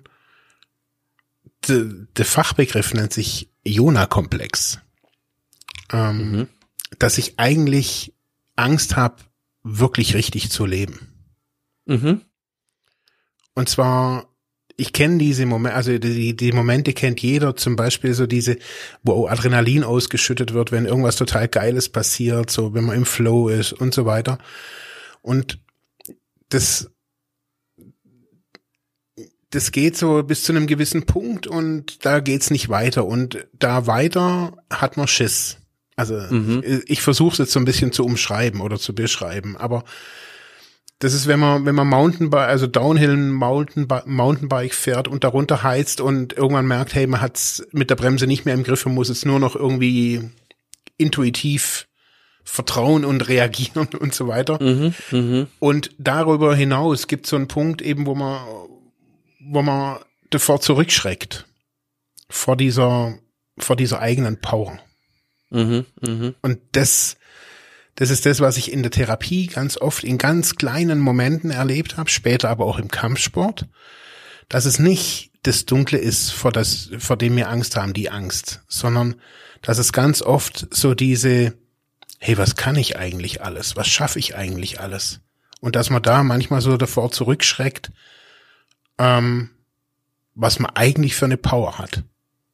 der Fachbegriff nennt sich Jona-Komplex. Dass ich eigentlich Angst habe, wirklich richtig zu leben. Und zwar, ich kenne diese Momente, also die Momente kennt jeder, zum Beispiel so diese, wo Adrenalin ausgeschüttet wird, wenn irgendwas total Geiles passiert, so wenn man im Flow ist und so weiter. Und das geht so bis zu einem gewissen Punkt und da geht's nicht weiter. Und da weiter hat man Schiss. Also ich versuche es jetzt so ein bisschen zu umschreiben oder zu beschreiben. Aber das ist, wenn man Mountainbike, also Downhill Mountainbike fährt und darunter heizt und irgendwann merkt, hey, man hat's mit der Bremse nicht mehr im Griff und muss jetzt nur noch irgendwie intuitiv vertrauen und reagieren und so weiter. Und darüber hinaus gibt es so einen Punkt eben, wo man davor zurückschreckt. Vor dieser eigenen Power. Und das ist das, was ich in der Therapie ganz oft in ganz kleinen Momenten erlebt habe, später aber auch im Kampfsport, dass es nicht das Dunkle ist, vor dem wir Angst haben, die Angst, sondern dass es ganz oft so diese, hey, was kann ich eigentlich alles? Was schaffe ich eigentlich alles? Und dass man da manchmal so davor zurückschreckt, was man eigentlich für eine Power hat.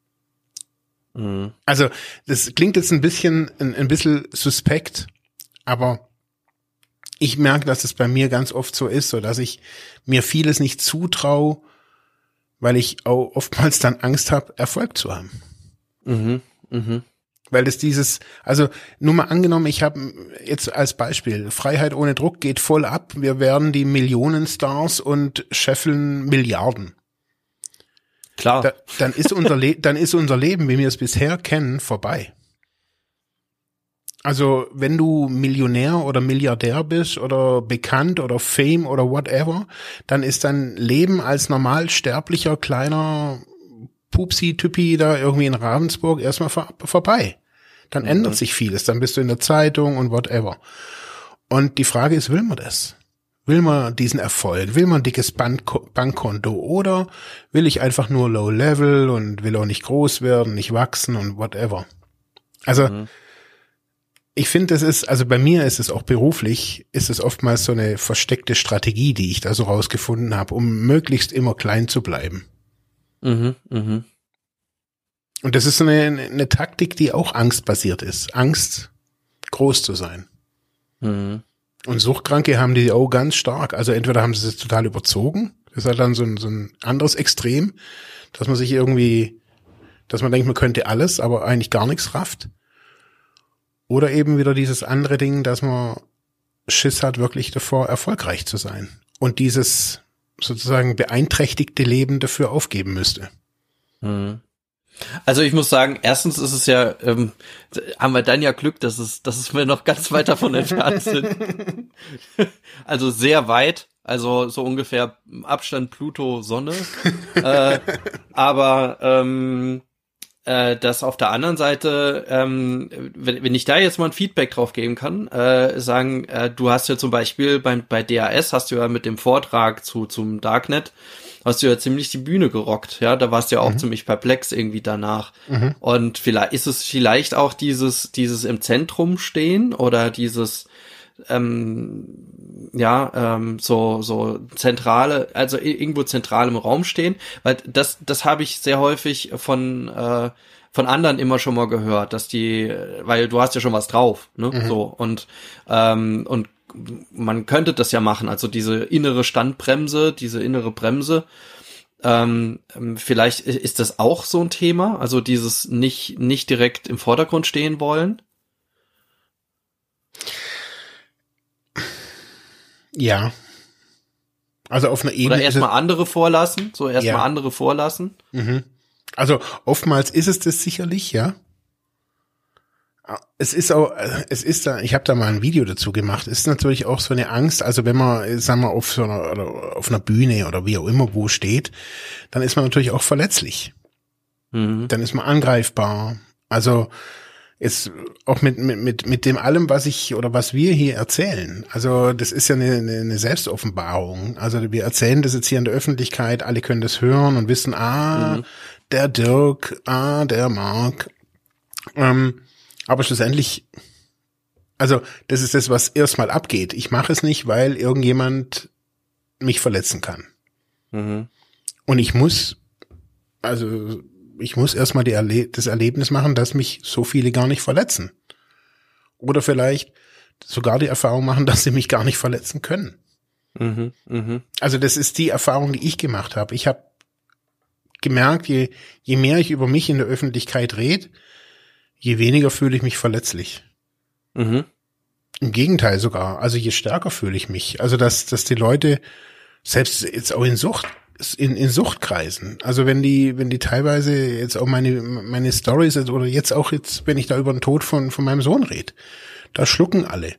Also, das klingt jetzt ein bisschen suspekt, aber ich merke, dass es bei mir ganz oft so ist, so dass ich mir vieles nicht zutraue, weil ich auch oftmals dann Angst habe, Erfolg zu haben. Weil das also nur mal angenommen, ich habe jetzt als Beispiel, Freiheit ohne Druck geht voll ab, wir werden die Millionenstars und scheffeln Milliarden. Klar. Dann ist unser Leben, wie wir es bisher kennen, vorbei. Also wenn du Millionär oder Milliardär bist oder bekannt oder Fame oder whatever, dann ist dein Leben als normalsterblicher kleiner Pupsi-Typi da irgendwie in Ravensburg erstmal vorbei. Dann ändert sich vieles, dann bist du in der Zeitung und whatever. Und die Frage ist, will man das? Will man diesen Erfolg? Will man ein dickes Bankkonto? Oder will ich einfach nur Low Level und will auch nicht groß werden, nicht wachsen und whatever? Also, ich finde, also bei mir ist es auch beruflich, ist es oftmals so eine versteckte Strategie, die ich da so rausgefunden habe, um möglichst immer klein zu bleiben. Und das ist so eine Taktik, die auch angstbasiert ist. Angst, groß zu sein. Und Suchtkranke haben die auch ganz stark. Also entweder haben sie es total überzogen, das ist halt dann so ein anderes Extrem, dass man sich irgendwie, dass man denkt, man könnte alles, aber eigentlich gar nichts rafft. Oder eben wieder dieses andere Ding, dass man Schiss hat, wirklich davor erfolgreich zu sein. Und dieses sozusagen beeinträchtigte Leben dafür aufgeben müsste. Also ich muss sagen, erstens ist es ja, haben wir dann ja Glück, dass wir noch ganz weit davon entfernt sind. Also sehr weit, also so ungefähr Abstand Pluto-Sonne. Aber dass auf der anderen Seite, wenn ich da jetzt mal ein Feedback drauf geben kann, sagen, du hast ja zum Beispiel bei DAS hast du ja mit dem Vortrag zum Darknet, hast du ja ziemlich die Bühne gerockt, ja, da warst du ja auch ziemlich perplex irgendwie danach. Und vielleicht ist es vielleicht auch dieses im Zentrum stehen oder dieses so zentrale, also irgendwo zentral im Raum stehen, weil das habe ich sehr häufig von anderen immer schon mal gehört, dass weil du hast ja schon was drauf, ne, so, und man könnte das ja machen, also diese innere Standbremse, diese innere Bremse, vielleicht ist das auch so ein Thema, also dieses nicht direkt im Vordergrund stehen wollen. Ja. Also auf einer Ebene. Oder erstmal andere vorlassen, andere vorlassen. Also oftmals ist es das sicherlich, ja. Ich habe da mal ein Video dazu gemacht. Es ist natürlich auch so eine Angst, also wenn man, sagen wir, auf einer Bühne oder wie auch immer wo steht, dann ist man natürlich auch verletzlich. Dann ist man angreifbar. Also ist auch mit dem allem, was wir hier erzählen. Also das ist ja eine Selbstoffenbarung. Also wir erzählen das jetzt hier in der Öffentlichkeit, alle können das hören und wissen, der Dirk, der Marc. Aber schlussendlich, also das ist das, was erstmal abgeht. Ich mache es nicht, weil irgendjemand mich verletzen kann. Und ich muss erstmal das Erlebnis machen, dass mich so viele gar nicht verletzen. Oder vielleicht sogar die Erfahrung machen, dass sie mich gar nicht verletzen können. Also das ist die Erfahrung, die ich gemacht habe. Ich habe gemerkt, je mehr ich über mich in der Öffentlichkeit rede, je weniger fühle ich mich verletzlich. Im Gegenteil sogar. Also je stärker fühle ich mich. Also dass die Leute, selbst jetzt auch in Suchtkreisen, also wenn die teilweise jetzt auch meine Stories oder jetzt, wenn ich da über den Tod von meinem Sohn rede, da schlucken alle.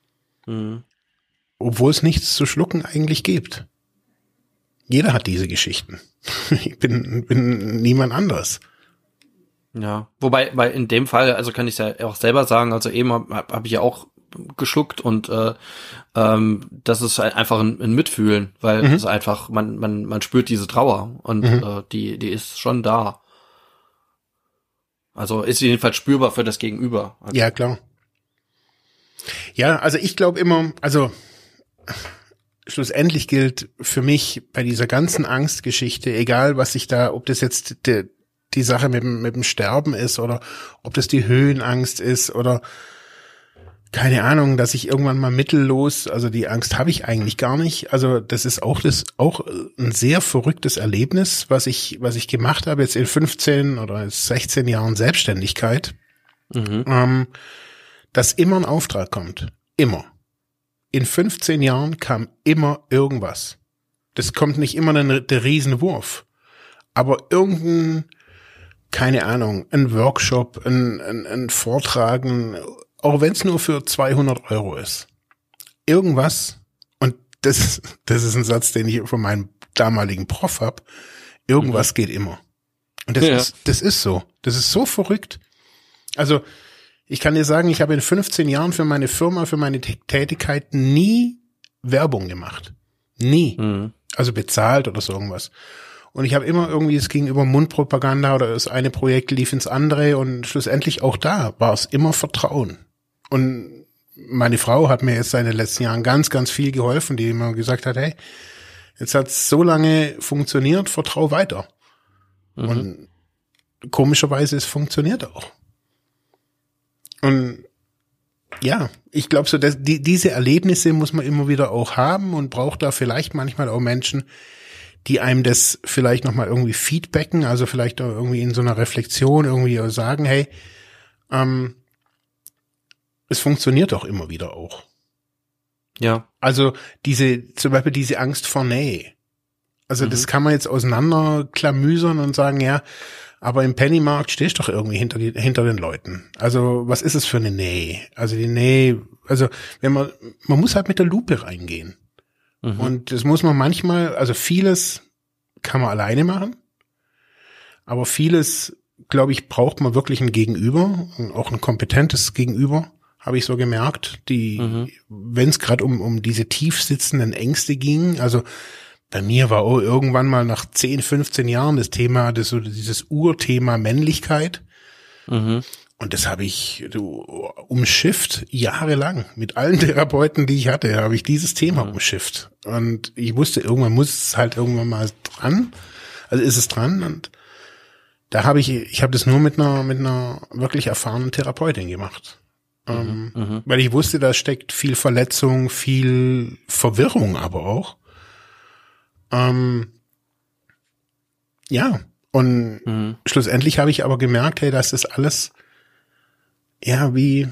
Obwohl es nichts zu schlucken eigentlich gibt. Jeder hat diese Geschichten. Ich bin niemand anderes. Ja, wobei in dem Fall, also kann ich ja auch selber sagen, also eben hab ich ja auch geschluckt und das ist halt einfach ein Mitfühlen, weil es einfach, man spürt diese Trauer und die ist schon da. Also ist jedenfalls spürbar für das Gegenüber. Also, ja, klar. Ja, also ich glaube immer, also schlussendlich gilt für mich bei dieser ganzen Angstgeschichte, egal was ich da, ob das jetzt die Sache mit dem Sterben ist oder ob das die Höhenangst ist oder keine Ahnung, dass ich irgendwann mal mittellos, also die Angst habe ich eigentlich gar nicht. Also das ist auch ein sehr verrücktes Erlebnis, was ich gemacht habe jetzt in 15 oder 16 Jahren Selbstständigkeit, dass immer ein Auftrag kommt. Immer. In 15 Jahren kam immer irgendwas. Das kommt nicht immer der Riesenwurf. Aber keine Ahnung, ein Workshop, ein Vortrag, auch wenn es nur für 200 € ist. Irgendwas, und das ist ein Satz, den ich von meinem damaligen Prof hab, irgendwas geht immer. Und das ist so. Das ist so verrückt. Also, ich kann dir sagen, ich habe in 15 Jahren für meine Firma, für meine Tätigkeit nie Werbung gemacht. Nie. Also bezahlt oder so irgendwas. Und ich habe immer irgendwie, es ging über Mundpropaganda oder das eine Projekt lief ins andere und schlussendlich auch da war es immer Vertrauen. Und meine Frau hat mir jetzt in den letzten Jahren ganz, ganz viel geholfen, die immer gesagt hat, hey, jetzt hat es so lange funktioniert, vertrau weiter. Und komischerweise, es funktioniert auch. Und ja, ich glaube so, dass diese Erlebnisse muss man immer wieder auch haben und braucht da vielleicht manchmal auch Menschen, die einem das vielleicht nochmal irgendwie feedbacken, also vielleicht auch irgendwie in so einer Reflexion irgendwie sagen, hey, es funktioniert doch immer wieder auch. Ja. Also zum Beispiel diese Angst vor Nähe. Also das kann man jetzt auseinanderklamüsern und sagen, ja, aber im Pennymarkt stehst du doch irgendwie hinter den Leuten. Also was ist es für eine Nähe? Also die Nähe, also man muss halt mit der Lupe reingehen. Und das muss man manchmal, also vieles kann man alleine machen, aber vieles glaube ich, braucht man wirklich ein Gegenüber, auch ein kompetentes Gegenüber, habe ich so gemerkt, wenn es gerade um diese tief sitzenden Ängste ging, also bei mir war auch irgendwann mal nach 10, 15 Jahren das Thema, dieses Urthema Männlichkeit. Mhm. Und das habe ich umschifft jahrelang. Mit allen Therapeuten, die ich hatte, habe ich dieses Thema umschifft. Und ich wusste, irgendwann muss es halt irgendwann mal dran. Also ist es dran. Und da habe ich habe das nur mit einer wirklich erfahrenen Therapeutin gemacht. Weil ich wusste, da steckt viel Verletzung, viel Verwirrung aber auch. Ja, und schlussendlich habe ich aber gemerkt, hey, das ist alles, ja,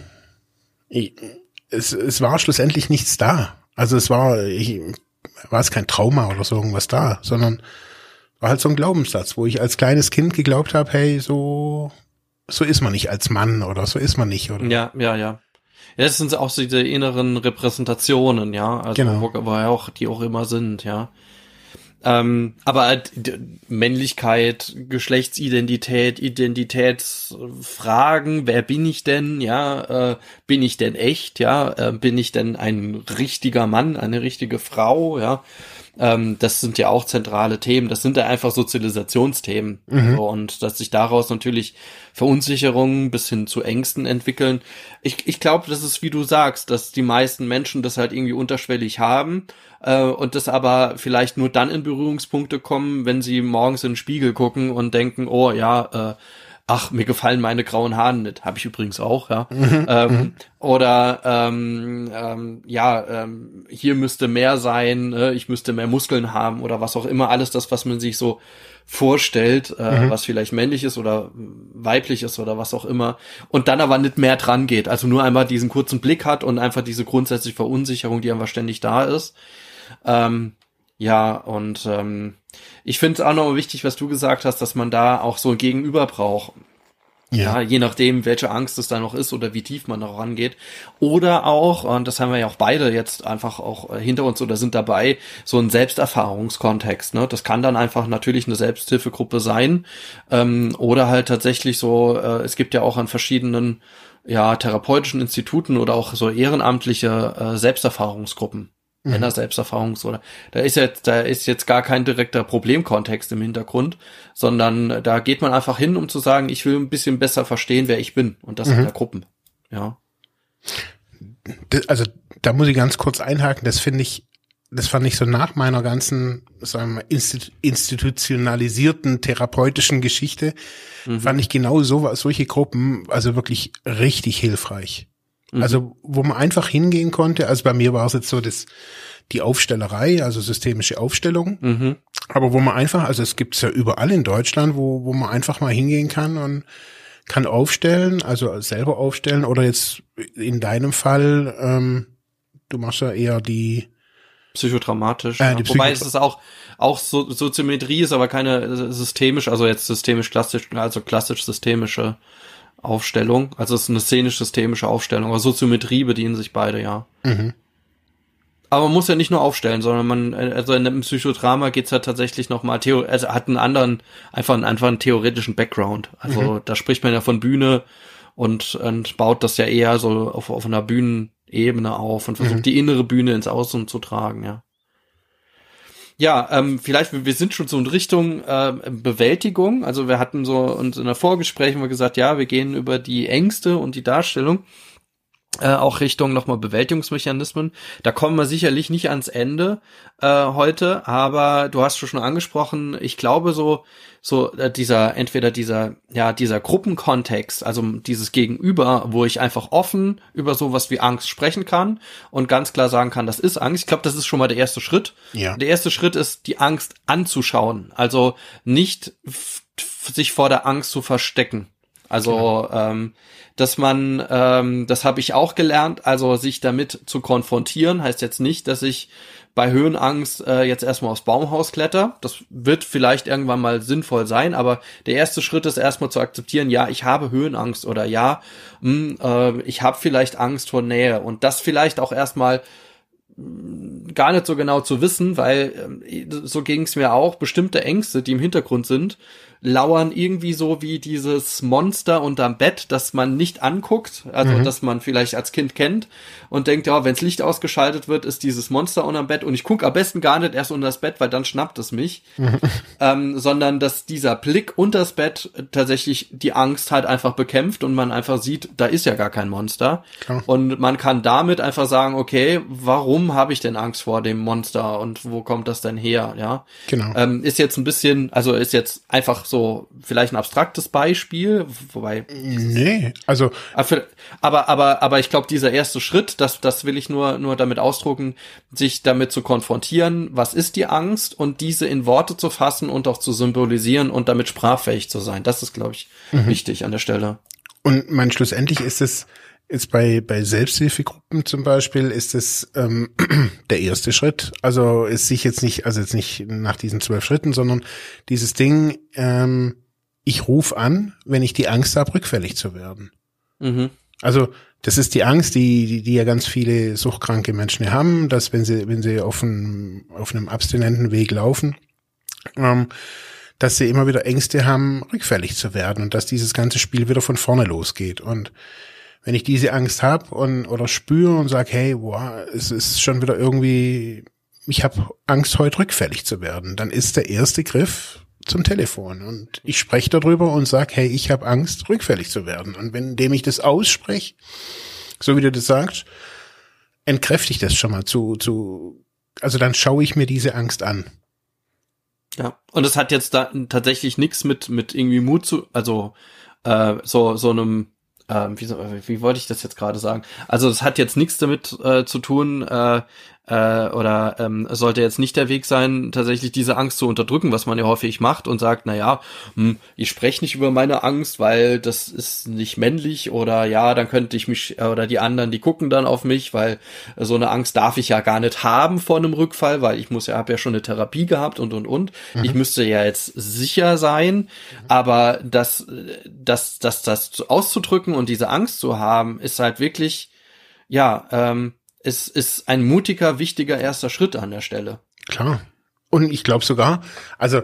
es war schlussendlich nichts da. Also war es kein Trauma oder so irgendwas da, sondern war halt so ein Glaubenssatz, wo ich als kleines Kind geglaubt habe, hey, so ist man nicht als Mann oder so ist man nicht, oder? Ja. Ja, das sind auch so diese inneren Repräsentationen, ja, also Genau. wo die auch immer sind, ja. Aber halt Männlichkeit, Geschlechtsidentität, Identitätsfragen, wer bin ich denn, ja, bin ich denn echt, ja, bin ich denn ein richtiger Mann, eine richtige Frau, ja, das sind ja auch zentrale Themen, das sind ja einfach Sozialisationsthemen, so, und dass sich daraus natürlich Verunsicherungen bis hin zu Ängsten entwickeln. Ich glaube, das ist, wie du sagst, dass die meisten Menschen das halt irgendwie unterschwellig haben, und das aber vielleicht nur dann in Berührungspunkte kommen, wenn sie morgens in den Spiegel gucken und denken, oh ja, ach, mir gefallen meine grauen Haare nicht. Habe ich übrigens auch, ja. Oder hier müsste mehr sein, ich müsste mehr Muskeln haben oder was auch immer, alles das, was man sich so vorstellt, was vielleicht männlich ist oder weiblich ist oder was auch immer, und dann aber nicht mehr dran geht, also nur einmal diesen kurzen Blick hat und einfach diese grundsätzliche Verunsicherung, die einfach ständig da ist. Ich finde es auch noch wichtig, was du gesagt hast, dass man da auch so ein Gegenüber braucht. Ja, je nachdem, welche Angst es da noch ist oder wie tief man noch rangeht. Oder auch, und das haben wir ja auch beide jetzt einfach auch hinter uns oder sind dabei, so ein Selbsterfahrungskontext, ne? Das kann dann einfach natürlich eine Selbsthilfegruppe sein, oder halt tatsächlich so, es gibt ja auch an verschiedenen, ja, therapeutischen Instituten oder auch so ehrenamtliche Selbsterfahrungsgruppen. Männer-Selbsterfahrungs- oder da ist jetzt gar kein direkter Problemkontext im Hintergrund, sondern da geht man einfach hin, um zu sagen, ich will ein bisschen besser verstehen, wer ich bin, und das in der Gruppen. Ja. Also da muss ich ganz kurz einhaken, das fand ich so nach meiner ganzen, sagen wir mal, institutionalisierten therapeutischen Geschichte, fand ich genau solche Gruppen also wirklich richtig hilfreich. Also, wo man einfach hingehen konnte, also bei mir war es jetzt so die Aufstellerei, also systemische Aufstellung, aber wo man einfach, also es gibt's ja überall in Deutschland, wo man einfach mal hingehen kann und kann aufstellen, also selber aufstellen, oder jetzt in deinem Fall, du machst ja eher die psychodramatisch. Ja. Wobei es ist auch so Soziometrie ist aber keine systemisch, also jetzt systemisch klassisch, also klassisch systemische Aufstellung, also es ist eine szenisch-systemische Aufstellung, aber Soziometrie bedienen sich beide, ja. Aber man muss ja nicht nur aufstellen, sondern also in einem Psychodrama geht's ja tatsächlich nochmal, also hat einfach einen theoretischen Background. Also da spricht man ja von Bühne und baut das ja eher so auf einer Bühnenebene auf und versucht die innere Bühne ins Außen zu tragen, ja. Ja, vielleicht, wir sind schon so in Richtung Bewältigung. Also wir hatten so uns in der Vorgespräch mal gesagt, ja, wir gehen über die Ängste und die Darstellung auch Richtung nochmal Bewältigungsmechanismen. Da kommen wir sicherlich nicht ans Ende heute, aber du hast schon angesprochen, ich glaube dieser Gruppenkontext, also dieses Gegenüber, wo ich einfach offen über sowas wie Angst sprechen kann und ganz klar sagen kann, das ist Angst. Ich glaube, das ist schon mal der erste Schritt. Ja. Der erste Schritt ist, die Angst anzuschauen, also nicht sich vor der Angst zu verstecken. Also, dass man, das habe ich auch gelernt, also sich damit zu konfrontieren, heißt jetzt nicht, dass ich bei Höhenangst jetzt erstmal aufs Baumhaus kletter. Das wird vielleicht irgendwann mal sinnvoll sein, aber der erste Schritt ist erstmal zu akzeptieren, ja, ich habe Höhenangst oder ja, ich habe vielleicht Angst vor Nähe und das vielleicht auch erstmal gar nicht so genau zu wissen, weil so ging es mir auch, bestimmte Ängste, die im Hintergrund sind, lauern irgendwie so wie dieses Monster unterm Bett, das man nicht anguckt, also das man vielleicht als Kind kennt und denkt, ja, wenns Licht ausgeschaltet wird, ist dieses Monster unterm Bett und ich gucke am besten gar nicht erst unter das Bett, weil dann schnappt es mich, sondern dass dieser Blick unters Bett tatsächlich die Angst halt einfach bekämpft und man einfach sieht, da ist ja gar kein Monster. Klar. Und man kann damit einfach sagen, okay, warum habe ich denn Angst vor dem Monster und wo kommt das denn her, ja? Genau. Ist jetzt ein bisschen, also ist jetzt einfach so vielleicht ein abstraktes Beispiel, wobei Nee, also aber ich glaube, dieser erste Schritt, das will ich nur damit ausdrucken, sich damit zu konfrontieren, was ist die Angst und diese in Worte zu fassen und auch zu symbolisieren und damit sprachfähig zu sein. Das ist, glaube ich, wichtig an der Stelle. und man schlussendlich ist es jetzt bei Selbsthilfegruppen zum Beispiel ist es der erste Schritt. Also ist sich jetzt nicht nach diesen 12 Schritten, sondern dieses Ding, ich rufe an, wenn ich die Angst habe, rückfällig zu werden. Mhm. Also das ist die Angst, die ja ganz viele suchtkranke Menschen haben, dass wenn sie auf einem abstinenten Weg laufen, dass sie immer wieder Ängste haben, rückfällig zu werden und dass dieses ganze Spiel wieder von vorne losgeht. Und wenn ich diese Angst habe oder spüre und sage, hey, wow, es ist schon wieder irgendwie, ich habe Angst, heute rückfällig zu werden, dann ist der erste Griff zum Telefon und ich spreche darüber und sage, hey, ich habe Angst, rückfällig zu werden. Und indem ich das ausspreche, so wie du das sagst, entkräftige ich das schon mal also dann schaue ich mir diese Angst an. Ja, und es hat jetzt da tatsächlich nichts mit irgendwie Mut also so einem wie wollte ich das jetzt gerade sagen? Also es hat jetzt nichts damit zu tun, sollte jetzt nicht der Weg sein, tatsächlich diese Angst zu unterdrücken, was man ja häufig macht und sagt, ich spreche nicht über meine Angst, weil das ist nicht männlich oder ja, dann könnte ich mich oder die anderen, die gucken dann auf mich, weil so eine Angst darf ich ja gar nicht haben vor einem Rückfall, weil ich habe ja schon eine Therapie gehabt und. Ich müsste ja jetzt sicher sein, aber das auszudrücken und diese Angst zu haben, ist halt wirklich, es ist ein mutiger, wichtiger erster Schritt an der Stelle. Klar. Und ich glaube sogar, also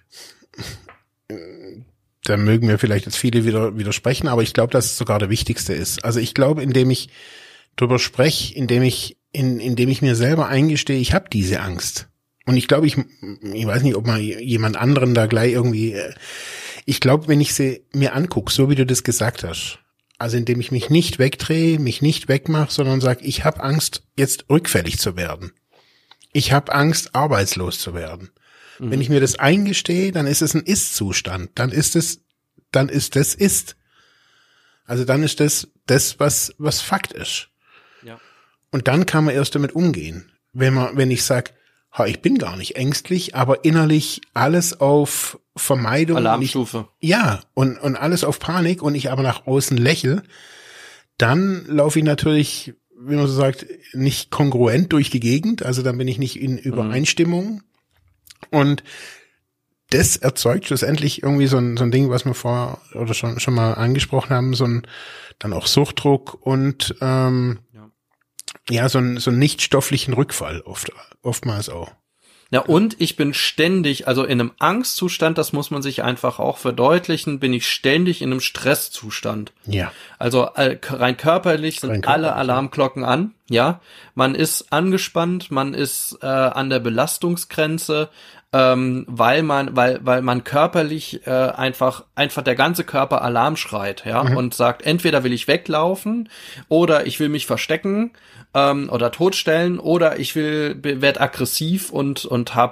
da mögen mir vielleicht jetzt viele wieder widersprechen, aber ich glaube, dass es sogar der wichtigste ist. Also ich glaube, indem ich drüber spreche, indem ich mir selber eingestehe, ich habe diese Angst. Und ich glaube, ich weiß nicht, ob mal jemand anderen da gleich irgendwie, ich glaube, wenn ich sie mir angucke, so wie du das gesagt hast, also indem ich mich nicht wegdrehe, mich nicht wegmache, sondern sage, ich habe Angst, jetzt rückfällig zu werden. Ich habe Angst, arbeitslos zu werden. Mhm. Wenn ich mir das eingestehe, dann ist es ein Ist-Zustand. Dann ist das Ist. Also dann ist das was Fakt ist. Ja. Und dann kann man erst damit umgehen. Wenn ich sage, ich bin gar nicht ängstlich, aber innerlich alles auf Vermeidung. Alarmstufe. Und alles auf Panik und ich aber nach außen lächle, dann laufe ich natürlich, wie man so sagt, nicht kongruent durch die Gegend, also dann bin ich nicht in Übereinstimmung. Und das erzeugt schlussendlich irgendwie so ein Ding, was wir vorher oder schon mal angesprochen haben, dann auch Suchtdruck und so einen nicht stofflichen Rückfall oftmals auch. Ja, und ich bin ständig, also in einem Angstzustand, das muss man sich einfach auch verdeutlichen, bin ich ständig in einem Stresszustand. Ja. Also rein körperlich sind alle Alarmglocken an, ja. Man ist angespannt, man ist an der Belastungsgrenze, weil man körperlich einfach der ganze Körper Alarm schreit, ja, und sagt, entweder will ich weglaufen oder ich will mich verstecken oder totstellen oder ich werd aggressiv und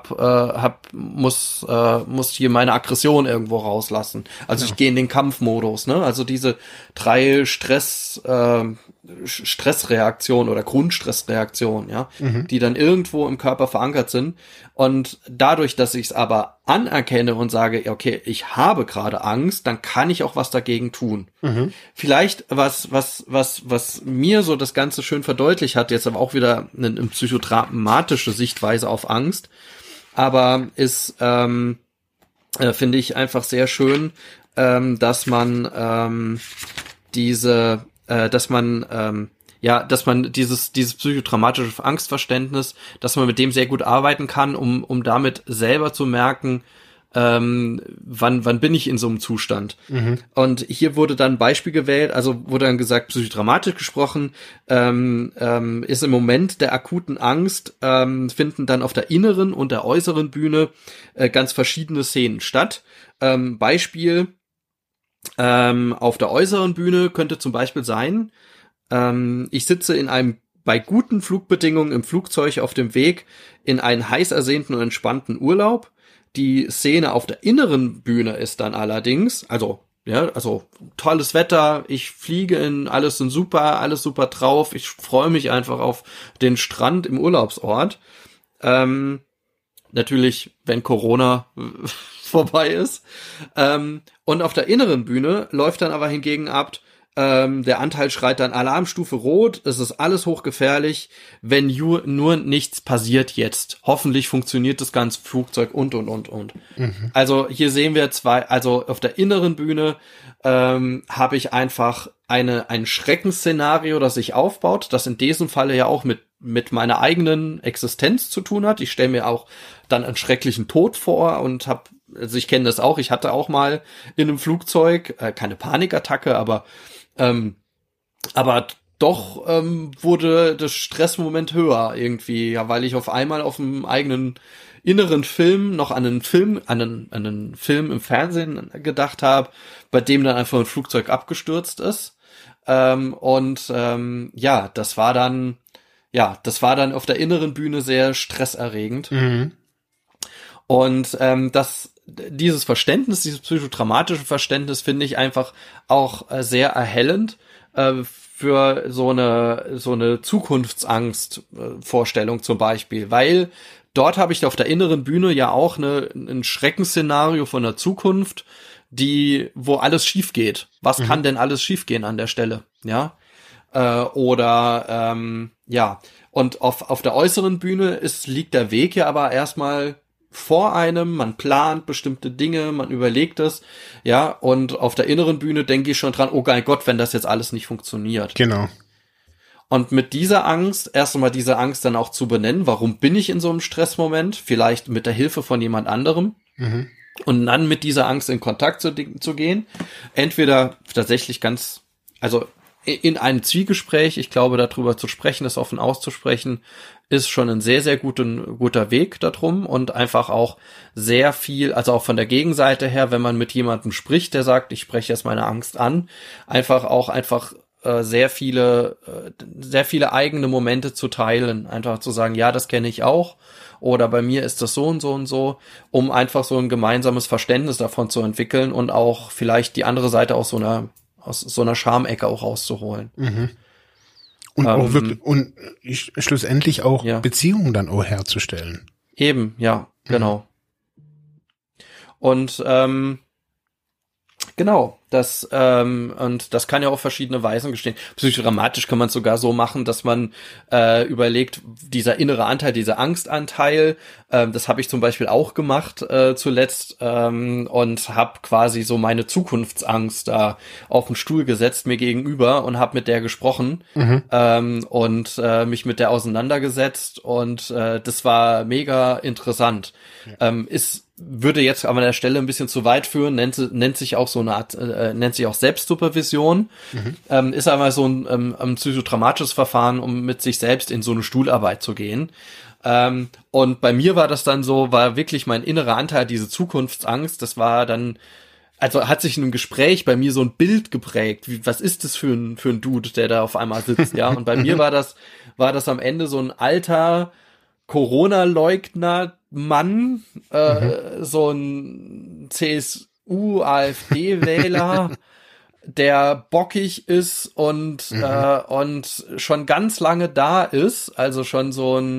muss hier meine Aggression irgendwo rauslassen. Also ich gehe in den Kampfmodus, ne? Also diese 3 Stressreaktionen oder Grundstressreaktionen, ja, die dann irgendwo im Körper verankert sind. Und dadurch, dass ich es aber anerkenne und sage, okay, ich habe gerade Angst, dann kann ich auch was dagegen tun. Vielleicht was mir so das Ganze schön verdeutlicht hat, jetzt aber auch wieder eine psychodramatische Sichtweise auf Angst, aber ist, finde ich einfach sehr schön, dass man ja, dass man dieses psychotraumatische Angstverständnis, dass man mit dem sehr gut arbeiten kann, um damit selber zu merken, wann bin ich in so einem Zustand. Und hier wurde dann ein Beispiel gewählt, also wurde dann gesagt, psychodramatisch gesprochen, ist im Moment der akuten Angst, finden dann auf der inneren und der äußeren Bühne ganz verschiedene Szenen statt. Beispiel, auf der äußeren Bühne könnte zum Beispiel sein, ich sitze bei guten Flugbedingungen im Flugzeug auf dem Weg in einen heiß ersehnten und entspannten Urlaub. Die Szene auf der inneren Bühne ist dann allerdings, also tolles Wetter, ich fliege alles super drauf, ich freue mich einfach auf den Strand im Urlaubsort. Natürlich, wenn Corona vorbei ist. Und auf der inneren Bühne läuft dann aber hingegen ab, der Anteil schreit dann Alarmstufe Rot, es ist alles hochgefährlich, wenn nur nichts passiert jetzt. Hoffentlich funktioniert das ganze Flugzeug und. Also hier sehen wir also auf der inneren Bühne habe ich einfach ein Schreckensszenario, das sich aufbaut, das in diesem Falle ja auch mit meiner eigenen Existenz zu tun hat. Ich stelle mir auch dann einen schrecklichen Tod vor und also ich kenne das auch, ich hatte auch mal in einem Flugzeug, keine Panikattacke, aber doch wurde das Stressmoment höher irgendwie, ja, weil ich auf einmal auf einem eigenen inneren Film noch an einen Film im Fernsehen gedacht habe, bei dem dann einfach ein Flugzeug abgestürzt ist. Das war dann auf der inneren Bühne sehr stresserregend. Und dieses Verständnis, dieses psychotraumatische Verständnis finde ich einfach auch sehr erhellend für so eine Zukunftsangst-Vorstellung zum Beispiel, weil dort habe ich auf der inneren Bühne ja auch ein Schreckensszenario von der Zukunft, wo alles schief geht. Was kann denn alles schief gehen an der Stelle? Ja. Und auf der äußeren Bühne liegt der Weg ja aber erstmal vor einem, man plant bestimmte Dinge, man überlegt es, ja, und auf der inneren Bühne denke ich schon dran, oh mein Gott, wenn das jetzt alles nicht funktioniert. Genau. Und mit dieser Angst, erst einmal diese Angst dann auch zu benennen, warum bin ich in so einem Stressmoment, vielleicht mit der Hilfe von jemand anderem, und dann mit dieser Angst in Kontakt zu gehen, entweder tatsächlich in einem Zwiegespräch, ich glaube, darüber zu sprechen, das offen auszusprechen, ist schon ein sehr, sehr guter Weg darum und einfach auch sehr viel, also auch von der Gegenseite her, wenn man mit jemandem spricht, der sagt, ich spreche jetzt meine Angst an, einfach sehr viele eigene Momente zu teilen, einfach zu sagen, ja, das kenne ich auch, oder bei mir ist das so und so und so, um einfach so ein gemeinsames Verständnis davon zu entwickeln und auch vielleicht die andere Seite aus so einer Schamecke auch rauszuholen. Und auch wirklich, und schlussendlich auch Beziehungen dann auch herzustellen. Eben, ja, genau. Und genau, und das kann ja auf verschiedene Weisen geschehen. Psychodramatisch kann man es sogar so machen, dass man überlegt, dieser innere Anteil, dieser Angstanteil, das habe ich zum Beispiel auch gemacht zuletzt und habe quasi so meine Zukunftsangst da auf den Stuhl gesetzt mir gegenüber und habe mit der gesprochen und mich mit der auseinandergesetzt und das war mega interessant. Würde jetzt aber an der Stelle ein bisschen zu weit führen, nennt sich auch so eine Art, nennt sich auch Selbstsupervision, ist aber so ein psychotraumatisches Verfahren, um mit sich selbst in so eine Stuhlarbeit zu gehen. Und bei mir war wirklich mein innerer Anteil, diese Zukunftsangst, das war dann, also hat sich in einem Gespräch bei mir so ein Bild geprägt, was ist das für ein Dude, der da auf einmal sitzt, ja, und bei mir war das am Ende so ein alter Corona-Leugner-Mann, so ein CSU-AfD-Wähler, der bockig ist und schon ganz lange da ist, also schon so ein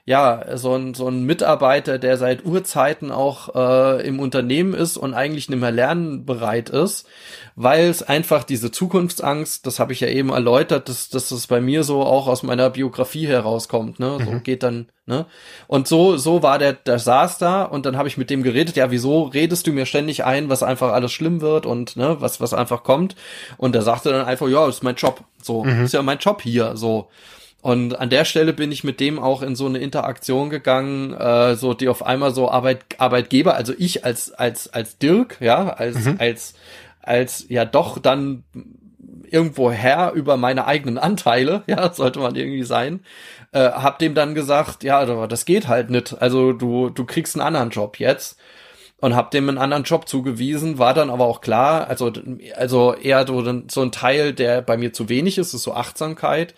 so ein Mitarbeiter, der seit Urzeiten auch im Unternehmen ist und eigentlich nicht mehr lernbereit ist, weil es einfach diese Zukunftsangst, das habe ich ja eben erläutert, dass das bei mir so auch aus meiner Biografie herauskommt, ne? So geht dann, ne? Und so war der saß da und dann habe ich mit dem geredet, ja, wieso redest du mir ständig ein, was einfach alles schlimm wird und ne, was einfach kommt? Und der sagte dann einfach, ja, das ist mein Job, so, ist ja mein Job hier, so. Und an der Stelle bin ich mit dem auch in so eine Interaktion gegangen, so die auf einmal so Arbeitgeber, also ich als Dirk, ja, als ja doch dann irgendwo Herr über meine eigenen Anteile, ja, sollte man irgendwie sein, hab dem dann gesagt, ja, das geht halt nicht, also du kriegst einen anderen Job jetzt. Und hab dem einen anderen Job zugewiesen, war dann aber auch klar, also eher so ein Teil, der bei mir zu wenig ist so Achtsamkeit,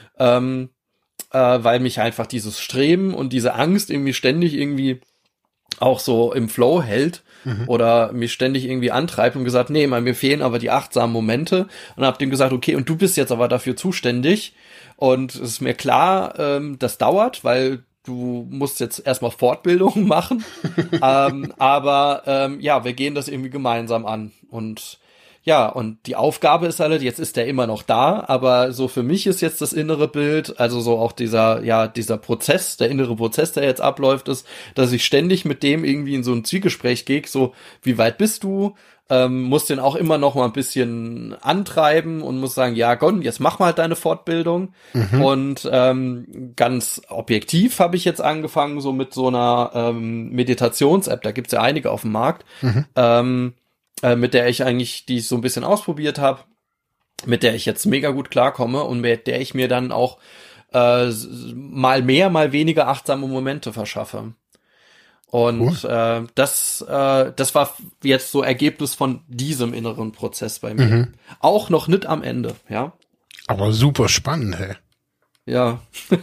weil mich einfach dieses Streben und diese Angst irgendwie ständig irgendwie auch so im Flow hält oder mich ständig irgendwie antreibt und gesagt, nee, mir fehlen aber die achtsamen Momente und hab dem gesagt, okay, und du bist jetzt aber dafür zuständig und es ist mir klar, das dauert, weil du musst jetzt erstmal Fortbildungen machen, aber wir gehen das irgendwie gemeinsam an und ja, und die Aufgabe ist halt, jetzt ist der immer noch da, aber so für mich ist jetzt das innere Bild, also so auch dieser Prozess, der innere Prozess, der jetzt abläuft, ist, dass ich ständig mit dem irgendwie in so ein Zwiegespräch gehe, so, wie weit bist du? Muss den auch immer noch mal ein bisschen antreiben und muss sagen, ja, Gon, jetzt mach mal halt deine Fortbildung. Und ganz objektiv habe ich jetzt angefangen, so mit so einer Meditations-App, da gibt's ja einige auf dem Markt, mit der die ich so ein bisschen ausprobiert habe, mit der ich jetzt mega gut klarkomme und mit der ich mir dann auch mal mehr, mal weniger achtsame Momente verschaffe. Und das war jetzt so Ergebnis von diesem inneren Prozess bei mir. Auch noch nicht am Ende, ja. Aber super spannend, hä? Ja.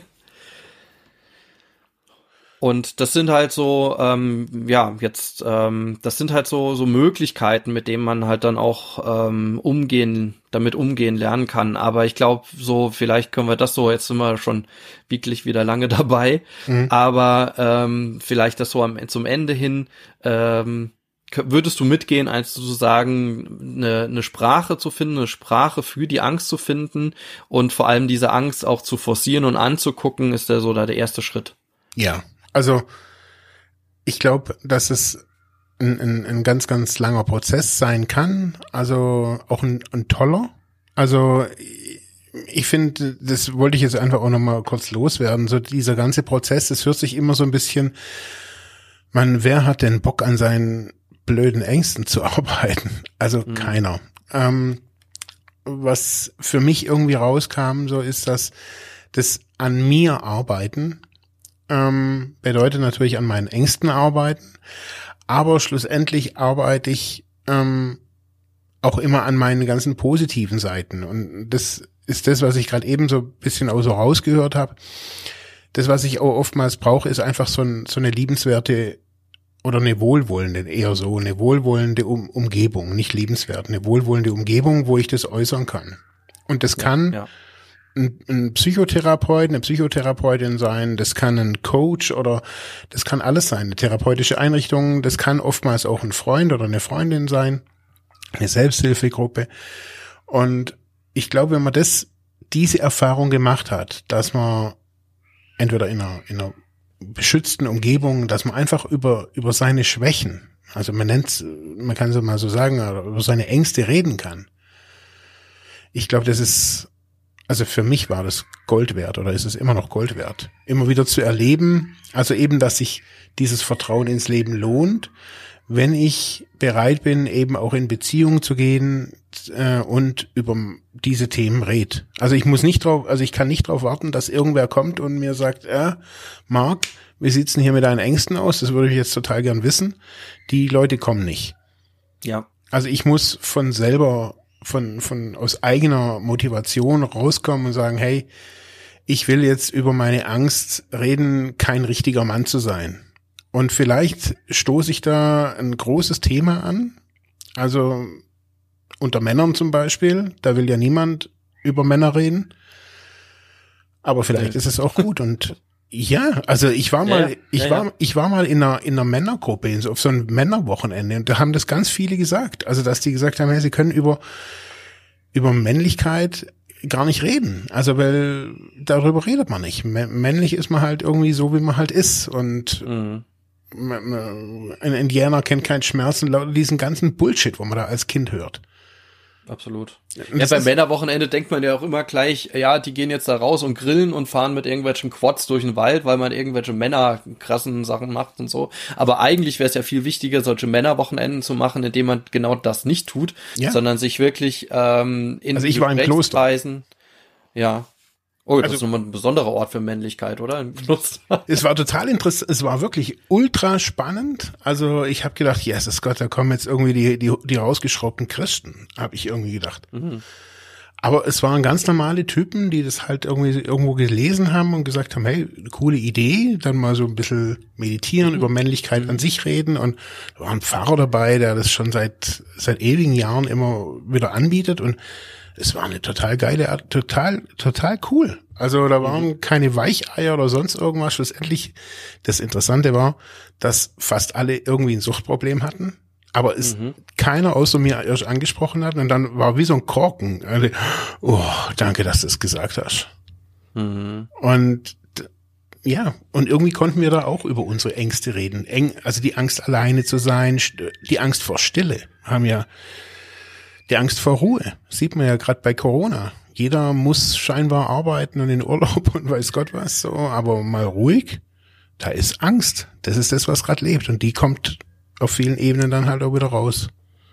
Und das sind halt so, das sind halt so Möglichkeiten, mit denen man halt dann auch damit umgehen lernen kann. Aber ich glaube, so vielleicht können wir das so, jetzt sind wir schon wirklich wieder lange dabei, aber vielleicht das so zum Ende hin, würdest du mitgehen, als zu sagen, eine Sprache zu finden, eine Sprache für die Angst zu finden und vor allem diese Angst auch zu forcieren und anzugucken, ist der erste Schritt. Ja. Also ich glaube, dass es ein ganz, ganz langer Prozess sein kann, also auch ein toller. Also ich finde, das wollte ich jetzt einfach auch nochmal kurz loswerden, so dieser ganze Prozess, das hört sich immer so ein bisschen, wer hat denn Bock an seinen blöden Ängsten zu arbeiten? Also keiner. Was für mich irgendwie rauskam, so ist, dass das an mir arbeiten bedeutet natürlich an meinen Ängsten arbeiten, aber schlussendlich arbeite ich auch immer an meinen ganzen positiven Seiten. Und das ist das, was ich gerade eben so ein bisschen auch so rausgehört habe. Das, was ich auch oftmals brauche, ist einfach so eine liebenswerte oder eine wohlwollende, eher so eine wohlwollende Umgebung, nicht liebenswert, eine wohlwollende Umgebung, wo ich das äußern kann. Und das kann ein Psychotherapeut, eine Psychotherapeutin sein, das kann ein Coach oder das kann alles sein, eine therapeutische Einrichtung, das kann oftmals auch ein Freund oder eine Freundin sein, eine Selbsthilfegruppe. Und ich glaube, wenn man diese Erfahrung gemacht hat, dass man entweder in einer beschützten Umgebung, dass man einfach über seine Schwächen, also man kann es mal so sagen, über seine Ängste reden kann. Ich glaube, das ist, also für mich war das Gold wert oder ist es immer noch Gold wert, immer wieder zu erleben, also eben, dass sich dieses Vertrauen ins Leben lohnt, wenn ich bereit bin, eben auch in Beziehung zu gehen und über diese Themen red. Also ich kann nicht drauf warten, dass irgendwer kommt und mir sagt, Marc, wie sieht's denn hier mit deinen Ängsten aus? Das würde ich jetzt total gern wissen. Die Leute kommen nicht. Ja. Also ich muss von selber aus eigener Motivation rauskommen und sagen, hey, ich will jetzt über meine Angst reden, kein richtiger Mann zu sein. Und vielleicht stoße ich da ein großes Thema an. Also unter Männern zum Beispiel, da will ja niemand über Männer reden. Aber vielleicht ist es auch gut und Ja, also ich war mal in einer Männergruppe, auf so einem Männerwochenende, und da haben das ganz viele gesagt. Also, dass die gesagt haben, hey, sie können über Männlichkeit gar nicht reden. Also, weil darüber redet man nicht. Männlich ist man halt irgendwie so, wie man halt ist. Und ein Indianer kennt keinen Schmerz und lauter diesen ganzen Bullshit, wo man da als Kind hört. Absolut. Ja, beim Männerwochenende denkt man ja auch immer gleich, ja, die gehen jetzt da raus und grillen und fahren mit irgendwelchen Quads durch den Wald, weil man irgendwelche Männer krassen Sachen macht und so. Aber eigentlich wäre es ja viel wichtiger, solche Männerwochenenden zu machen, indem man genau das nicht tut, sondern sich wirklich also ich war im Kloster. Ja. Oh, das ist nochmal ein besonderer Ort für Männlichkeit, oder? Im Kloster. Es war total interessant, es war wirklich ultra spannend. Also ich habe gedacht, Jesus Gott, da kommen jetzt irgendwie die rausgeschraubten Christen, habe ich irgendwie gedacht. Aber es waren ganz normale Typen, die das halt irgendwo gelesen haben und gesagt haben, hey, coole Idee, dann mal so ein bisschen meditieren, über Männlichkeit an sich reden, und da war ein Pfarrer dabei, der das schon seit ewigen Jahren immer wieder anbietet, und es war eine total geile, total cool. Also da waren keine Weicheier oder sonst irgendwas. Schlussendlich, das Interessante war, dass fast alle irgendwie ein Suchtproblem hatten, aber es keiner außer mir erst angesprochen hat, und dann war wie so ein Korken. Also, oh, danke, dass du es gesagt hast. Und ja, und irgendwie konnten wir da auch über unsere Ängste reden. Also die Angst, alleine zu sein, die Angst vor Stille, die Angst vor Ruhe, sieht man ja gerade bei Corona. Jeder muss scheinbar arbeiten und in Urlaub und weiß Gott was so, aber mal ruhig, da ist Angst. Das ist das, was gerade lebt, und die kommt auf vielen Ebenen dann halt auch wieder raus.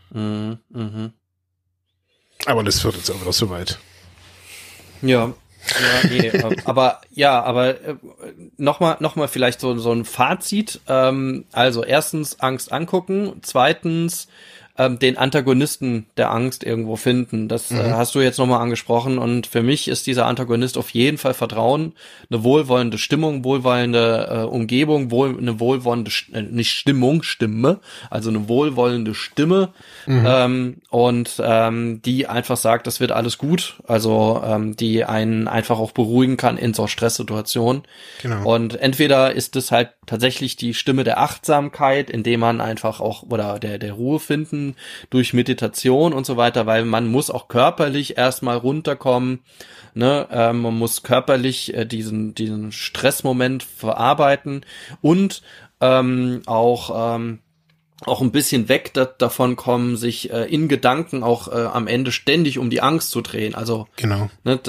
Aber das führt jetzt auch wieder so weit. Ja, aber nochmal vielleicht so ein Fazit. Also erstens Angst angucken, zweitens den Antagonisten der Angst irgendwo finden. Das hast du jetzt nochmal angesprochen, und für mich ist dieser Antagonist auf jeden Fall Vertrauen, eine wohlwollende Stimmung, wohlwollende Umgebung, eine wohlwollende, Stimme, also eine wohlwollende Stimme, und die einfach sagt, das wird alles gut, also die einen einfach auch beruhigen kann in so Stresssituationen. Genau. Und entweder ist es halt tatsächlich die Stimme der Achtsamkeit, indem man einfach auch, oder der Ruhe finden durch Meditation und so weiter, weil man muss auch körperlich erstmal runterkommen, ne? Man muss körperlich diesen Stressmoment verarbeiten und auch ein bisschen weg davon kommen, sich in Gedanken auch am Ende ständig um die Angst zu drehen. Also genau. Ne,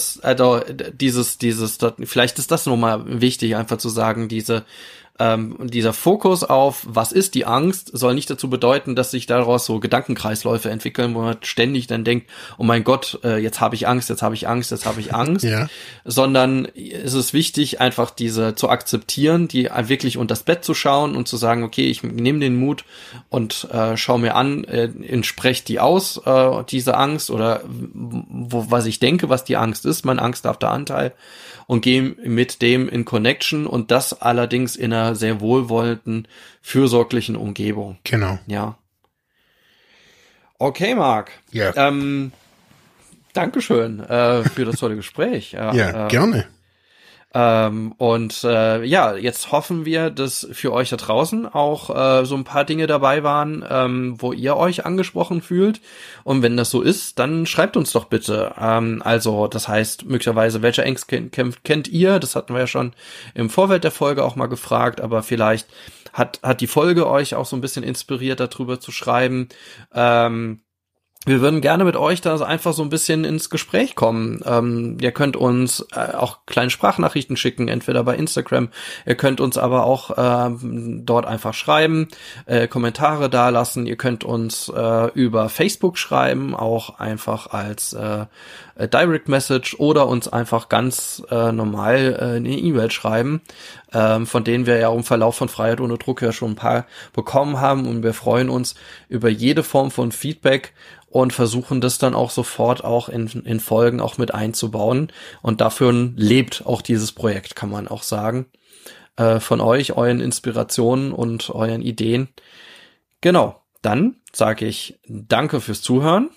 vielleicht ist das nochmal wichtig, einfach zu sagen, dieser Fokus auf, was ist die Angst, soll nicht dazu bedeuten, dass sich daraus so Gedankenkreisläufe entwickeln, wo man ständig dann denkt, oh mein Gott, jetzt habe ich Angst, Ja. Sondern es ist wichtig, einfach diese zu akzeptieren, die wirklich unter das Bett zu schauen und zu sagen, okay, ich nehme den Mut und schaue mir an, entspricht die aus, diese Angst, oder was ich denke, was die Angst ist, mein angsthafter Anteil, und gehe mit dem in Connection, und das allerdings in einer sehr wohlwollenden, fürsorglichen Umgebung. Genau. Ja. Okay, Marc. Ja. Dankeschön für das tolle Gespräch. Ja, gerne. Jetzt hoffen wir, dass für euch da draußen auch so ein paar Dinge dabei waren, wo ihr euch angesprochen fühlt. Und wenn das so ist, dann schreibt uns doch bitte. Also das heißt möglicherweise, welche Ängste kennt ihr? Das hatten wir ja schon im Vorfeld der Folge auch mal gefragt, aber vielleicht hat die Folge euch auch so ein bisschen inspiriert, darüber zu schreiben. Wir würden gerne mit euch da einfach so ein bisschen ins Gespräch kommen. Ihr könnt uns auch kleine Sprachnachrichten schicken, entweder bei Instagram. Ihr könnt uns aber auch dort einfach schreiben, Kommentare dalassen. Ihr könnt uns über Facebook schreiben, auch einfach als Direct Message, oder uns einfach ganz normal eine E-Mail schreiben, von denen wir ja im Verlauf von Freiheit ohne Druck ja schon ein paar bekommen haben, und wir freuen uns über jede Form von Feedback und versuchen das dann auch sofort auch in Folgen auch mit einzubauen, und dafür lebt auch dieses Projekt, kann man auch sagen, von euch, euren Inspirationen und euren Ideen. Genau, dann sage ich danke fürs Zuhören.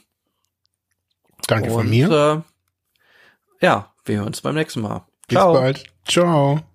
Danke von mir. Wir hören uns beim nächsten Mal. Bis bald. Ciao.